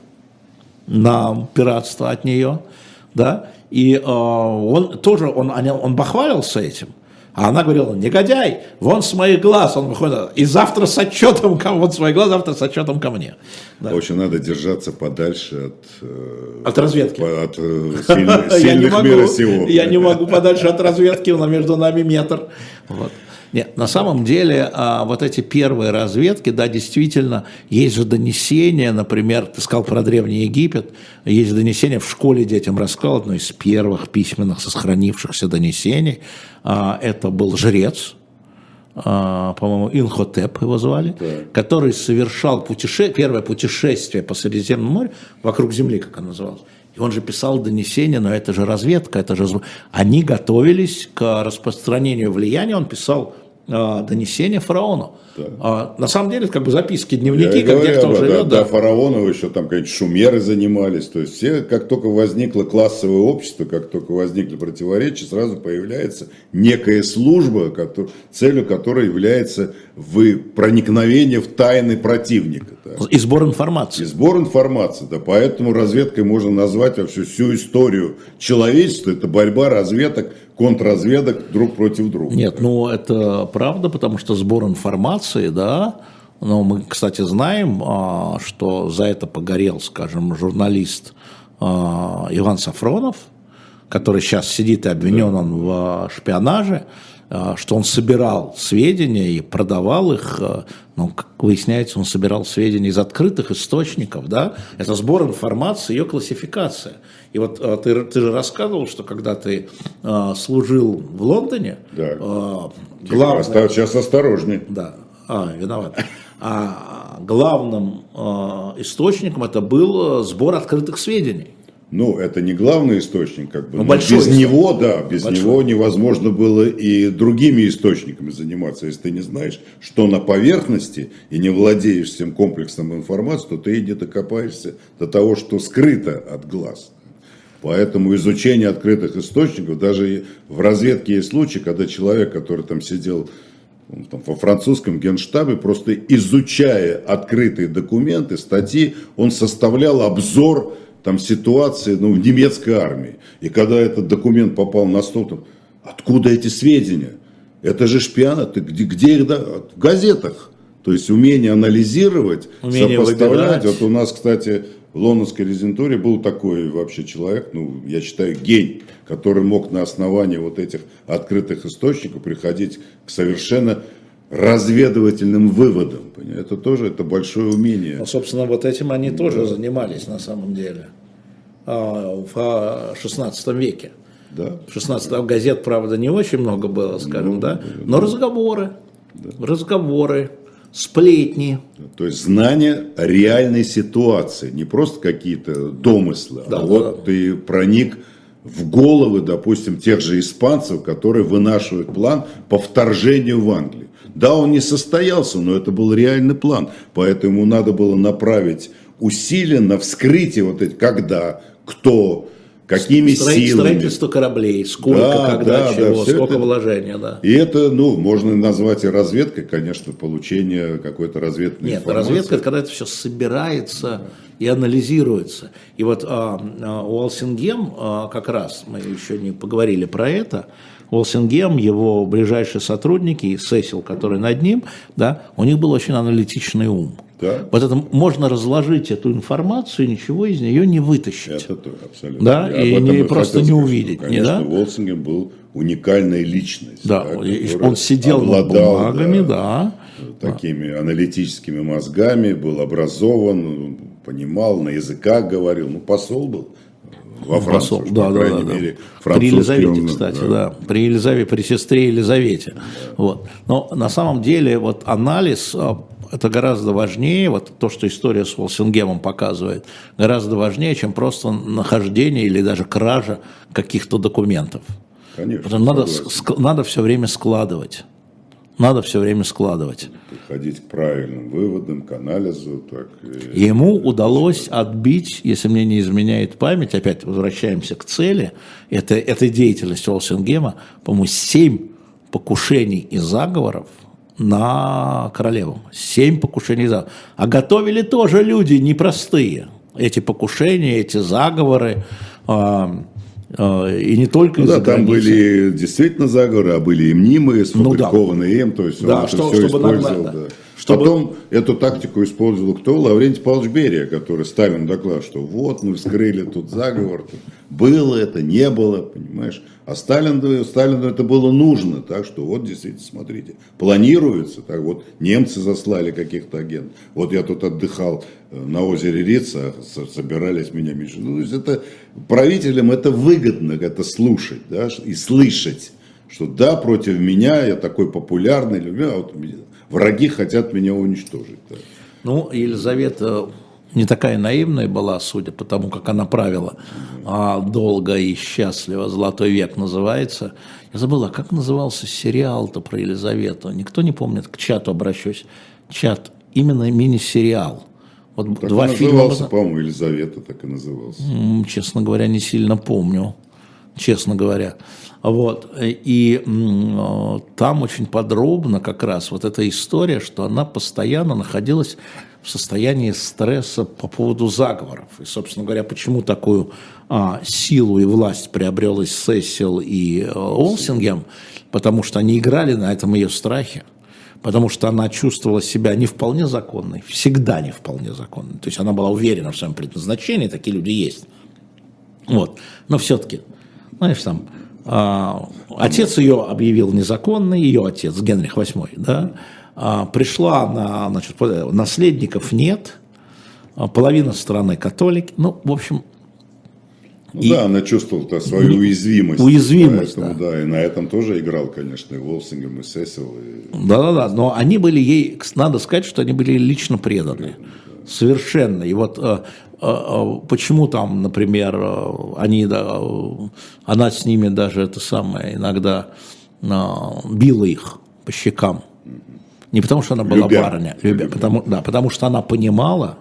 Speaker 1: на пиратство от нее. Да. И он тоже, он бахвалился этим. А она говорила: негодяй, вон с моих глаз, он выходит, и завтра с отчетом, вон с моих глаз, завтра с отчетом ко мне.
Speaker 2: Да. В общем, надо держаться подальше
Speaker 1: от разведки.
Speaker 2: От сильных мира сего.
Speaker 1: Я не могу подальше от разведки, но между нами метр. Вот. Нет, на самом деле, вот эти первые разведки, да, действительно, есть же донесения, например, ты сказал про Древний Египет, есть донесения, в школе детям рассказал, одно из первых письменных сохранившихся донесений, это был жрец, по-моему, Инхотеп его звали, да, который совершал первое путешествие по Средиземному морю, вокруг Земли, как оно называлось. И он же писал донесения, но это же разведка, это же... Они готовились к распространению влияния, он писал донесения фараону. Да. На самом деле, это как бы записки, дневники, как где кто живет.
Speaker 2: До фараонов еще там какие-то шумеры занимались. То есть все, как только возникло классовое общество, как только возникли противоречия, сразу появляется некая служба, целью которой является проникновение в тайны противника. Да.
Speaker 1: И сбор информации.
Speaker 2: И сбор информации, да. Поэтому разведкой можно назвать вообще всю историю человечества. Это борьба разведок, контрразведок друг против друга.
Speaker 1: Нет, ну это правда, потому что сбор информации, да, но мы, кстати, знаем, что за это погорел, скажем, журналист Иван Сафронов, который сейчас сидит и обвинен он в шпионаже, что он собирал сведения и продавал их, ну, как выясняется, он собирал сведения из открытых источников, да, это сбор информации, ее классификация. И вот ты же рассказывал, что когда ты служил в Лондоне,
Speaker 2: да. Главное... Сейчас осторожней.
Speaker 1: Да, виноват. Главным источником это был сбор открытых сведений.
Speaker 2: Ну, это не главный источник, как бы.
Speaker 1: Но без
Speaker 2: него, да, без него невозможно было и другими источниками заниматься. Если ты не знаешь, что на поверхности, и не владеешь всем комплексом информации, то ты и не докопаешься до того, что скрыто от глаз. Поэтому изучение открытых источников, даже в разведке есть случаи, когда человек, который там сидел во французском генштабе, просто изучая открытые документы, статьи, он составлял обзор там ситуации, в немецкой армии. И когда этот документ попал на стол, там, откуда эти сведения? Это же шпионат. Где их? В газетах. То есть умение анализировать, сопоставлять. Вот у нас, кстати, в лондонской резидентуре был такой вообще человек, я считаю, гений, который мог на основании вот этих открытых источников приходить к совершенно разведывательным выводом. Это большое умение.
Speaker 1: Ну, собственно, вот этим они тоже занимались на самом деле в 16 веке.
Speaker 2: Да.
Speaker 1: В 16-м газет, правда, не очень много было, скажем, но разговоры, сплетни.
Speaker 2: То есть знание реальной ситуации, не просто какие-то домыслы, ты проник в головы, допустим, тех же испанцев, которые вынашивают план по вторжению в Англию. Да, он не состоялся, но это был реальный план. Поэтому надо было направить усилия на вскрытие когда, кто, какими силами.
Speaker 1: Строительство кораблей, сколько, чего, сколько вложения. Да.
Speaker 2: И это, можно назвать и разведкой, конечно, получение какой-то разведной информации.
Speaker 1: Нет, разведка, это когда это все собирается и анализируется. И вот Уолсингем, как раз, мы еще не поговорили про это, Уолсингем, его ближайшие сотрудники, и Сесил, который над ним, да, у них был очень аналитичный ум.
Speaker 2: Да.
Speaker 1: Вот это можно разложить эту информацию, и ничего из нее не вытащить.
Speaker 2: Это абсолютно.
Speaker 1: Да, и не, просто не увидеть.
Speaker 2: Что, конечно,
Speaker 1: да?
Speaker 2: Уолсингем был уникальная личность.
Speaker 1: Да, он сидел над бумагами, да.
Speaker 2: Такими аналитическими мозгами, был образован, понимал, на языках говорил. Ну, посол был. Во Франции,
Speaker 1: да,
Speaker 2: по крайней мере,
Speaker 1: при Елизавете, кстати, да. При сестре Елизавете. Да. Вот. Но на самом деле вот анализ это гораздо важнее, вот то, что история с Уолсингемом показывает, гораздо важнее, чем просто нахождение или даже кража каких-то документов.
Speaker 2: Конечно.
Speaker 1: Надо все время складывать. Надо все время складывать.
Speaker 2: Приходить к правильным выводам, к анализу. Так,
Speaker 1: Ему удалось отбить, если мне не изменяет память, опять возвращаемся к цели, этой деятельности Уолсингема, по-моему, 7 покушений и заговоров на королеву. 7 покушений и заговоров. А готовили тоже люди непростые. Эти покушения, эти заговоры. И не только из-за
Speaker 2: там были действительно заговоры, а были и мнимые, сфабрикованные им, то есть он все использовал. Потом эту тактику использовал кто? Лаврентий Павлович Берия, который Сталину докладывал, что вот мы вскрыли тут заговор, было это, не было, понимаешь. А Сталину это было нужно, так что вот действительно, смотрите, планируется, так вот немцы заслали каких-то агентов. Вот я тут отдыхал на озере Рица, собирались меня меньше. Ну, то есть это правителям это выгодно, это слушать, да, и слышать, что да, против меня, я такой популярный, а вот враги хотят меня уничтожить. Да.
Speaker 1: Ну, Елизавета не такая наивная была, судя по тому, как она правила, долго и счастливо, «Золотой век» называется. Я забыла, как назывался сериал-то про Елизавету. Никто не помнит, к чату обращусь. Чат, именно мини-сериал. Вот
Speaker 2: так
Speaker 1: 2 фильма.
Speaker 2: Назывался, по-моему, Елизавета так и назывался.
Speaker 1: Честно говоря, не сильно помню. Честно говоря. Вот. И там очень подробно как раз вот эта история, что она постоянно находилась в состоянии стресса по поводу заговоров. И, собственно говоря, почему такую силу и власть приобрел и Сесил, и Уолсингем, потому что они играли на этом ее страхе. Потому что она чувствовала себя не вполне законной, всегда не вполне законной. То есть она была уверена в своем предназначении, такие люди есть. Вот. Но все-таки, знаешь, там отец ее объявил незаконной, ее отец Генрих VIII, да, пришла она, значит, наследников нет, половина страны католики, ну, в общем.
Speaker 2: Да, она чувствовала свою уязвимость.
Speaker 1: Уязвимость,
Speaker 2: поэтому, да. И на этом тоже играл, конечно, и Уолсингем, и Сесил.
Speaker 1: Да, но они были ей, надо сказать, что они были лично преданы. Совершенно. И вот почему там, например, она с ними даже это самое иногда била их по щекам. Не потому что она была барыня, потому что она понимала,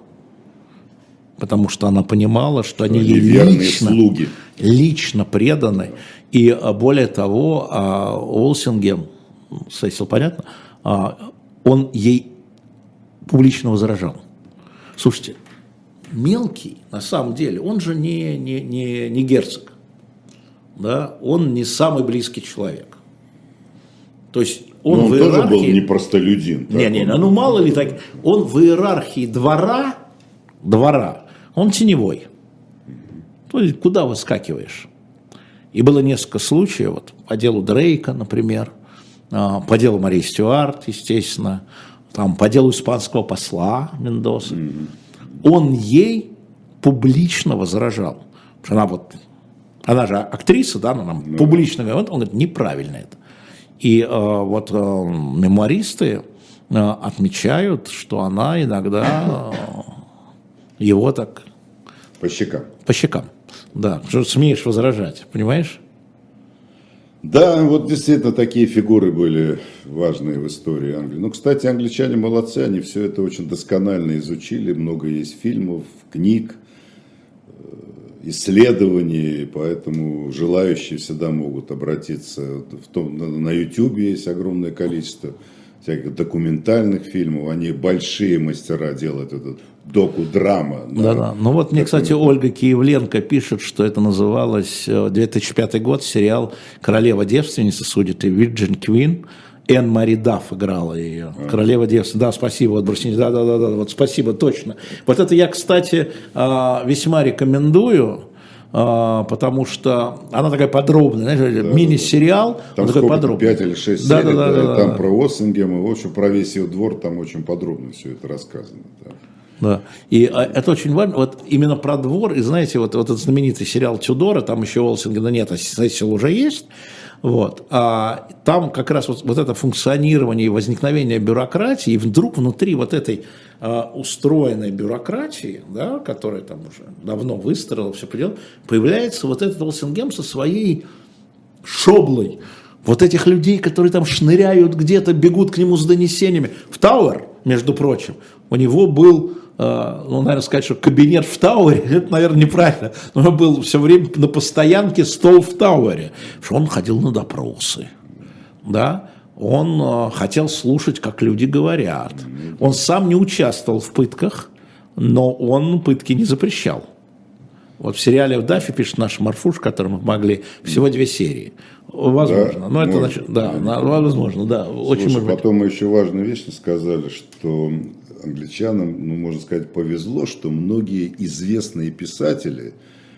Speaker 1: что они ей лично преданы. И более того, Уолсингем, Сесил, понятно, он ей публично возражал. Слушайте, мелкий, на самом деле, он же не герцог, да? Он не самый близкий человек. То есть он
Speaker 2: тоже был не простолюдин.
Speaker 1: Ну мало ли так, он в иерархии двора, он теневой. То есть куда выскакиваешь? И было несколько случаев, вот, по делу Дрейка, например, по делу Марии Стюарт, естественно, там, по делу испанского посла Мендоса. Он ей публично возражал. Потому что она же актриса, да, она нам публично говорит, он говорит, неправильно это. И вот мемуаристы отмечают, что она иногда его так...
Speaker 2: По щекам.
Speaker 1: Да, что смеешь возражать, понимаешь?
Speaker 2: Да, вот действительно такие фигуры были важные в истории Англии. Ну, кстати, англичане молодцы, они все это очень досконально изучили, много есть фильмов, книг, исследований, поэтому желающие всегда могут обратиться. На YouTube есть огромное количество всяких документальных фильмов, они большие мастера делают этот доку-драма.
Speaker 1: Да. Ну вот мне, кстати, Ольга Киевленко пишет, что это называлось 2005 год, сериал «Королева-девственница», судит и Virgin Queen. Энн Мари Дафф играла ее, королева девственница. Да, спасибо, вот Бруснич, да, вот спасибо, точно. Вот это я, кстати, весьма рекомендую, потому что она такая подробная, знаешь, мини-сериал,
Speaker 2: там
Speaker 1: такой подробный.
Speaker 2: 5 или 6 серий, там про Уолсингема, в общем, про весь его двор, там очень подробно все это рассказано. Да.
Speaker 1: Да. И это очень важно, вот именно про двор, и знаете, вот этот знаменитый сериал «Тюдоры», там еще Уолсингена нет, а Сесил уже есть, вот, а там как раз вот это функционирование и возникновение бюрократии, и вдруг внутри вот этой устроенной бюрократии, да, которая там уже давно выстроила, все поделала, появляется вот этот Уолсингем со своей шоблой, вот этих людей, которые там шныряют где-то, бегут к нему с донесениями. В Тауэр, между прочим, у него был, ну, наверное, сказать, что кабинет в Тауэре, это, наверное, неправильно, но он был все время на постоянке стол в Тауэре, потому что он ходил на допросы, да, он хотел слушать, как люди говорят. Он сам не участвовал в пытках, но он пытки не запрещал. Вот в сериале в Даффе пишет наш Марфуш, которому мы помогли, всего 2 серии. Возможно. Да, но это значит, да, возможно, да. Очень.
Speaker 2: Слушай, потом мы еще важную вещь сказали, что англичанам, ну, можно сказать, повезло, что многие известные писатели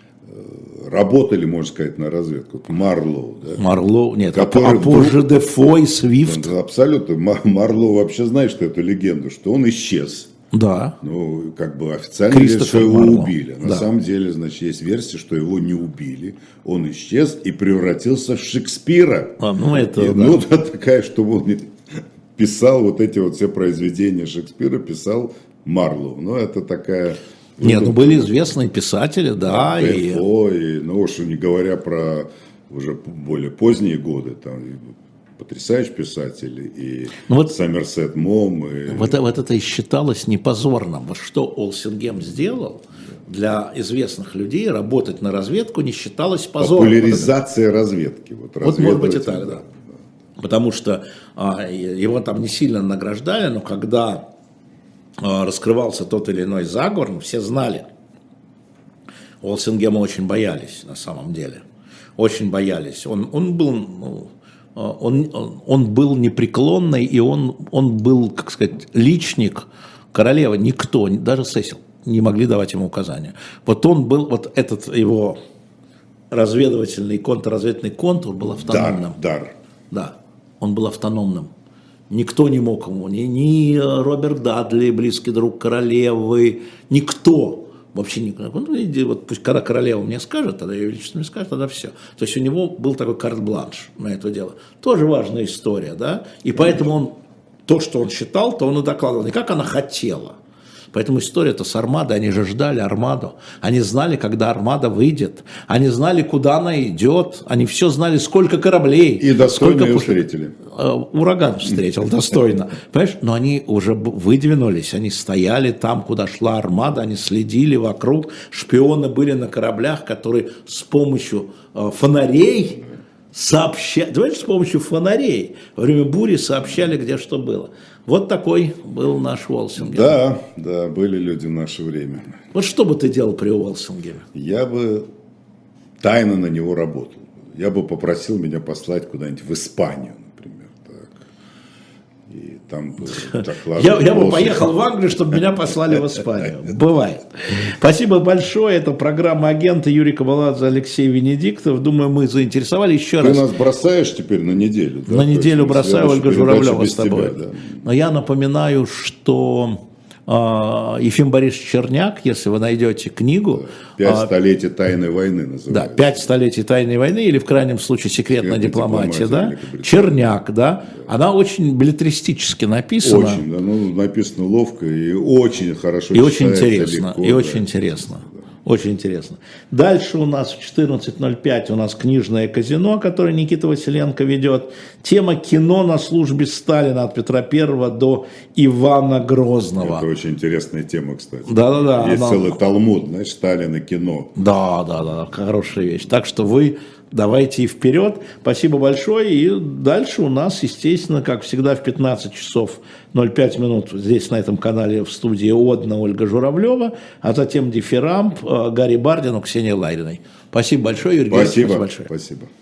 Speaker 2: работали, можно сказать, на разведку. Марлоу. Да?
Speaker 1: Марлоу, нет, а позже Дефо и Свифт.
Speaker 2: Абсолютно. Марлоу вообще знает, что эту легенду, что он исчез.
Speaker 1: Да.
Speaker 2: Ну, как бы официально версия, что его убили. На самом деле, значит, есть версия, что его не убили. Он исчез и превратился в Шекспира.
Speaker 1: Ну, это,
Speaker 2: и, ну, да, такая, чтобы он писал вот эти вот все произведения Шекспира, писал Марлоу. Ну, это такая...
Speaker 1: Нет, ну, были известные писатели, да.
Speaker 2: Дефо, ну, уж не говоря про уже более поздние годы, там... Потрясающий писатель, и Сомерсет Мом.
Speaker 1: Вот это и считалось непозорным. Вот что Уолсингем сделал для известных людей, работать на разведку не считалось позором.
Speaker 2: Популяризация разведки.
Speaker 1: Вот может быть и так, да. Потому что его там не сильно награждали, но когда раскрывался тот или иной заговор, все знали. Уолсингема очень боялись на самом деле. Очень боялись. Он был... Он был непреклонный, и он был, как сказать, личник королевы. Никто, даже Сесил, не могли давать ему указания. Вот он был, вот этот его разведывательный контрразведывательный контур был автономным.
Speaker 2: Дар.
Speaker 1: Да, он был автономным. Никто не мог ему, ни Роберт Дадли, близкий друг королевы, никто. Вообще никто. Вот пусть когда королева мне скажет, тогда ее величество мне скажет, тогда все. То есть у него был такой карт-бланш на это дело. Тоже важная история, да. И поэтому он, то, что он считал, то он и докладывал. Не как она хотела. Поэтому история-то с Армадой, они же ждали Армаду. Они знали, когда Армада выйдет. Они знали, куда она идет. Они все знали, сколько кораблей.
Speaker 2: И достойно ее встретили.
Speaker 1: Ураган встретил достойно. Понимаешь? Но они уже выдвинулись. Они стояли там, куда шла Армада. Они следили вокруг. Шпионы были на кораблях, которые с помощью фонарей сообщали. Давайте с помощью фонарей во время бури сообщали, где что было. Вот такой был наш Уолсингем.
Speaker 2: Да, были люди в наше время.
Speaker 1: Вот что бы ты делал при Уолсингеме?
Speaker 2: Я бы тайно на него работал. Я бы попросил меня послать куда-нибудь в Испанию, например. Так. И там бы
Speaker 1: я бы поехал в Англию, чтобы меня послали в Испанию. Бывает. Спасибо большое. Это программа «Агенты», Юрий Кабаладзе, Алексей Венедиктов. Думаю, мы заинтересовали еще раз.
Speaker 2: Ты нас бросаешь теперь на неделю.
Speaker 1: На неделю бросаю, Ольга Журавлева с тобой. Но я напоминаю, что Ефим Борисович Черняк, если вы найдете книгу...
Speaker 2: 5 столетий тайной войны называется.
Speaker 1: Да, 5 столетий тайной войны, или в крайнем случае секретная дипломатия, да? Черняк, да? Она очень беллетристически написана.
Speaker 2: Очень, да, ну, написано ловко и очень хорошо.
Speaker 1: И очень интересно, легко, и очень интересно. Очень интересно. Дальше у нас в 14:05 у нас книжное казино, которое Никита Василенко ведет. Тема кино на службе Сталина от Петра I до Ивана Грозного.
Speaker 2: Это очень интересная тема, кстати.
Speaker 1: Да.
Speaker 2: Есть целый талмуд, знаешь, Сталин и кино.
Speaker 1: Да, хорошая вещь. Так что вы давайте и вперед. Спасибо большое. И дальше у нас, естественно, как всегда, в 15 часов 05 минут здесь, на этом канале, в студии Одна Ольга Журавлева, а затем дифирамб Гарри Бардину, Ксения Лариной. Спасибо большое, Юрий Георгиевич.
Speaker 2: Спасибо большое.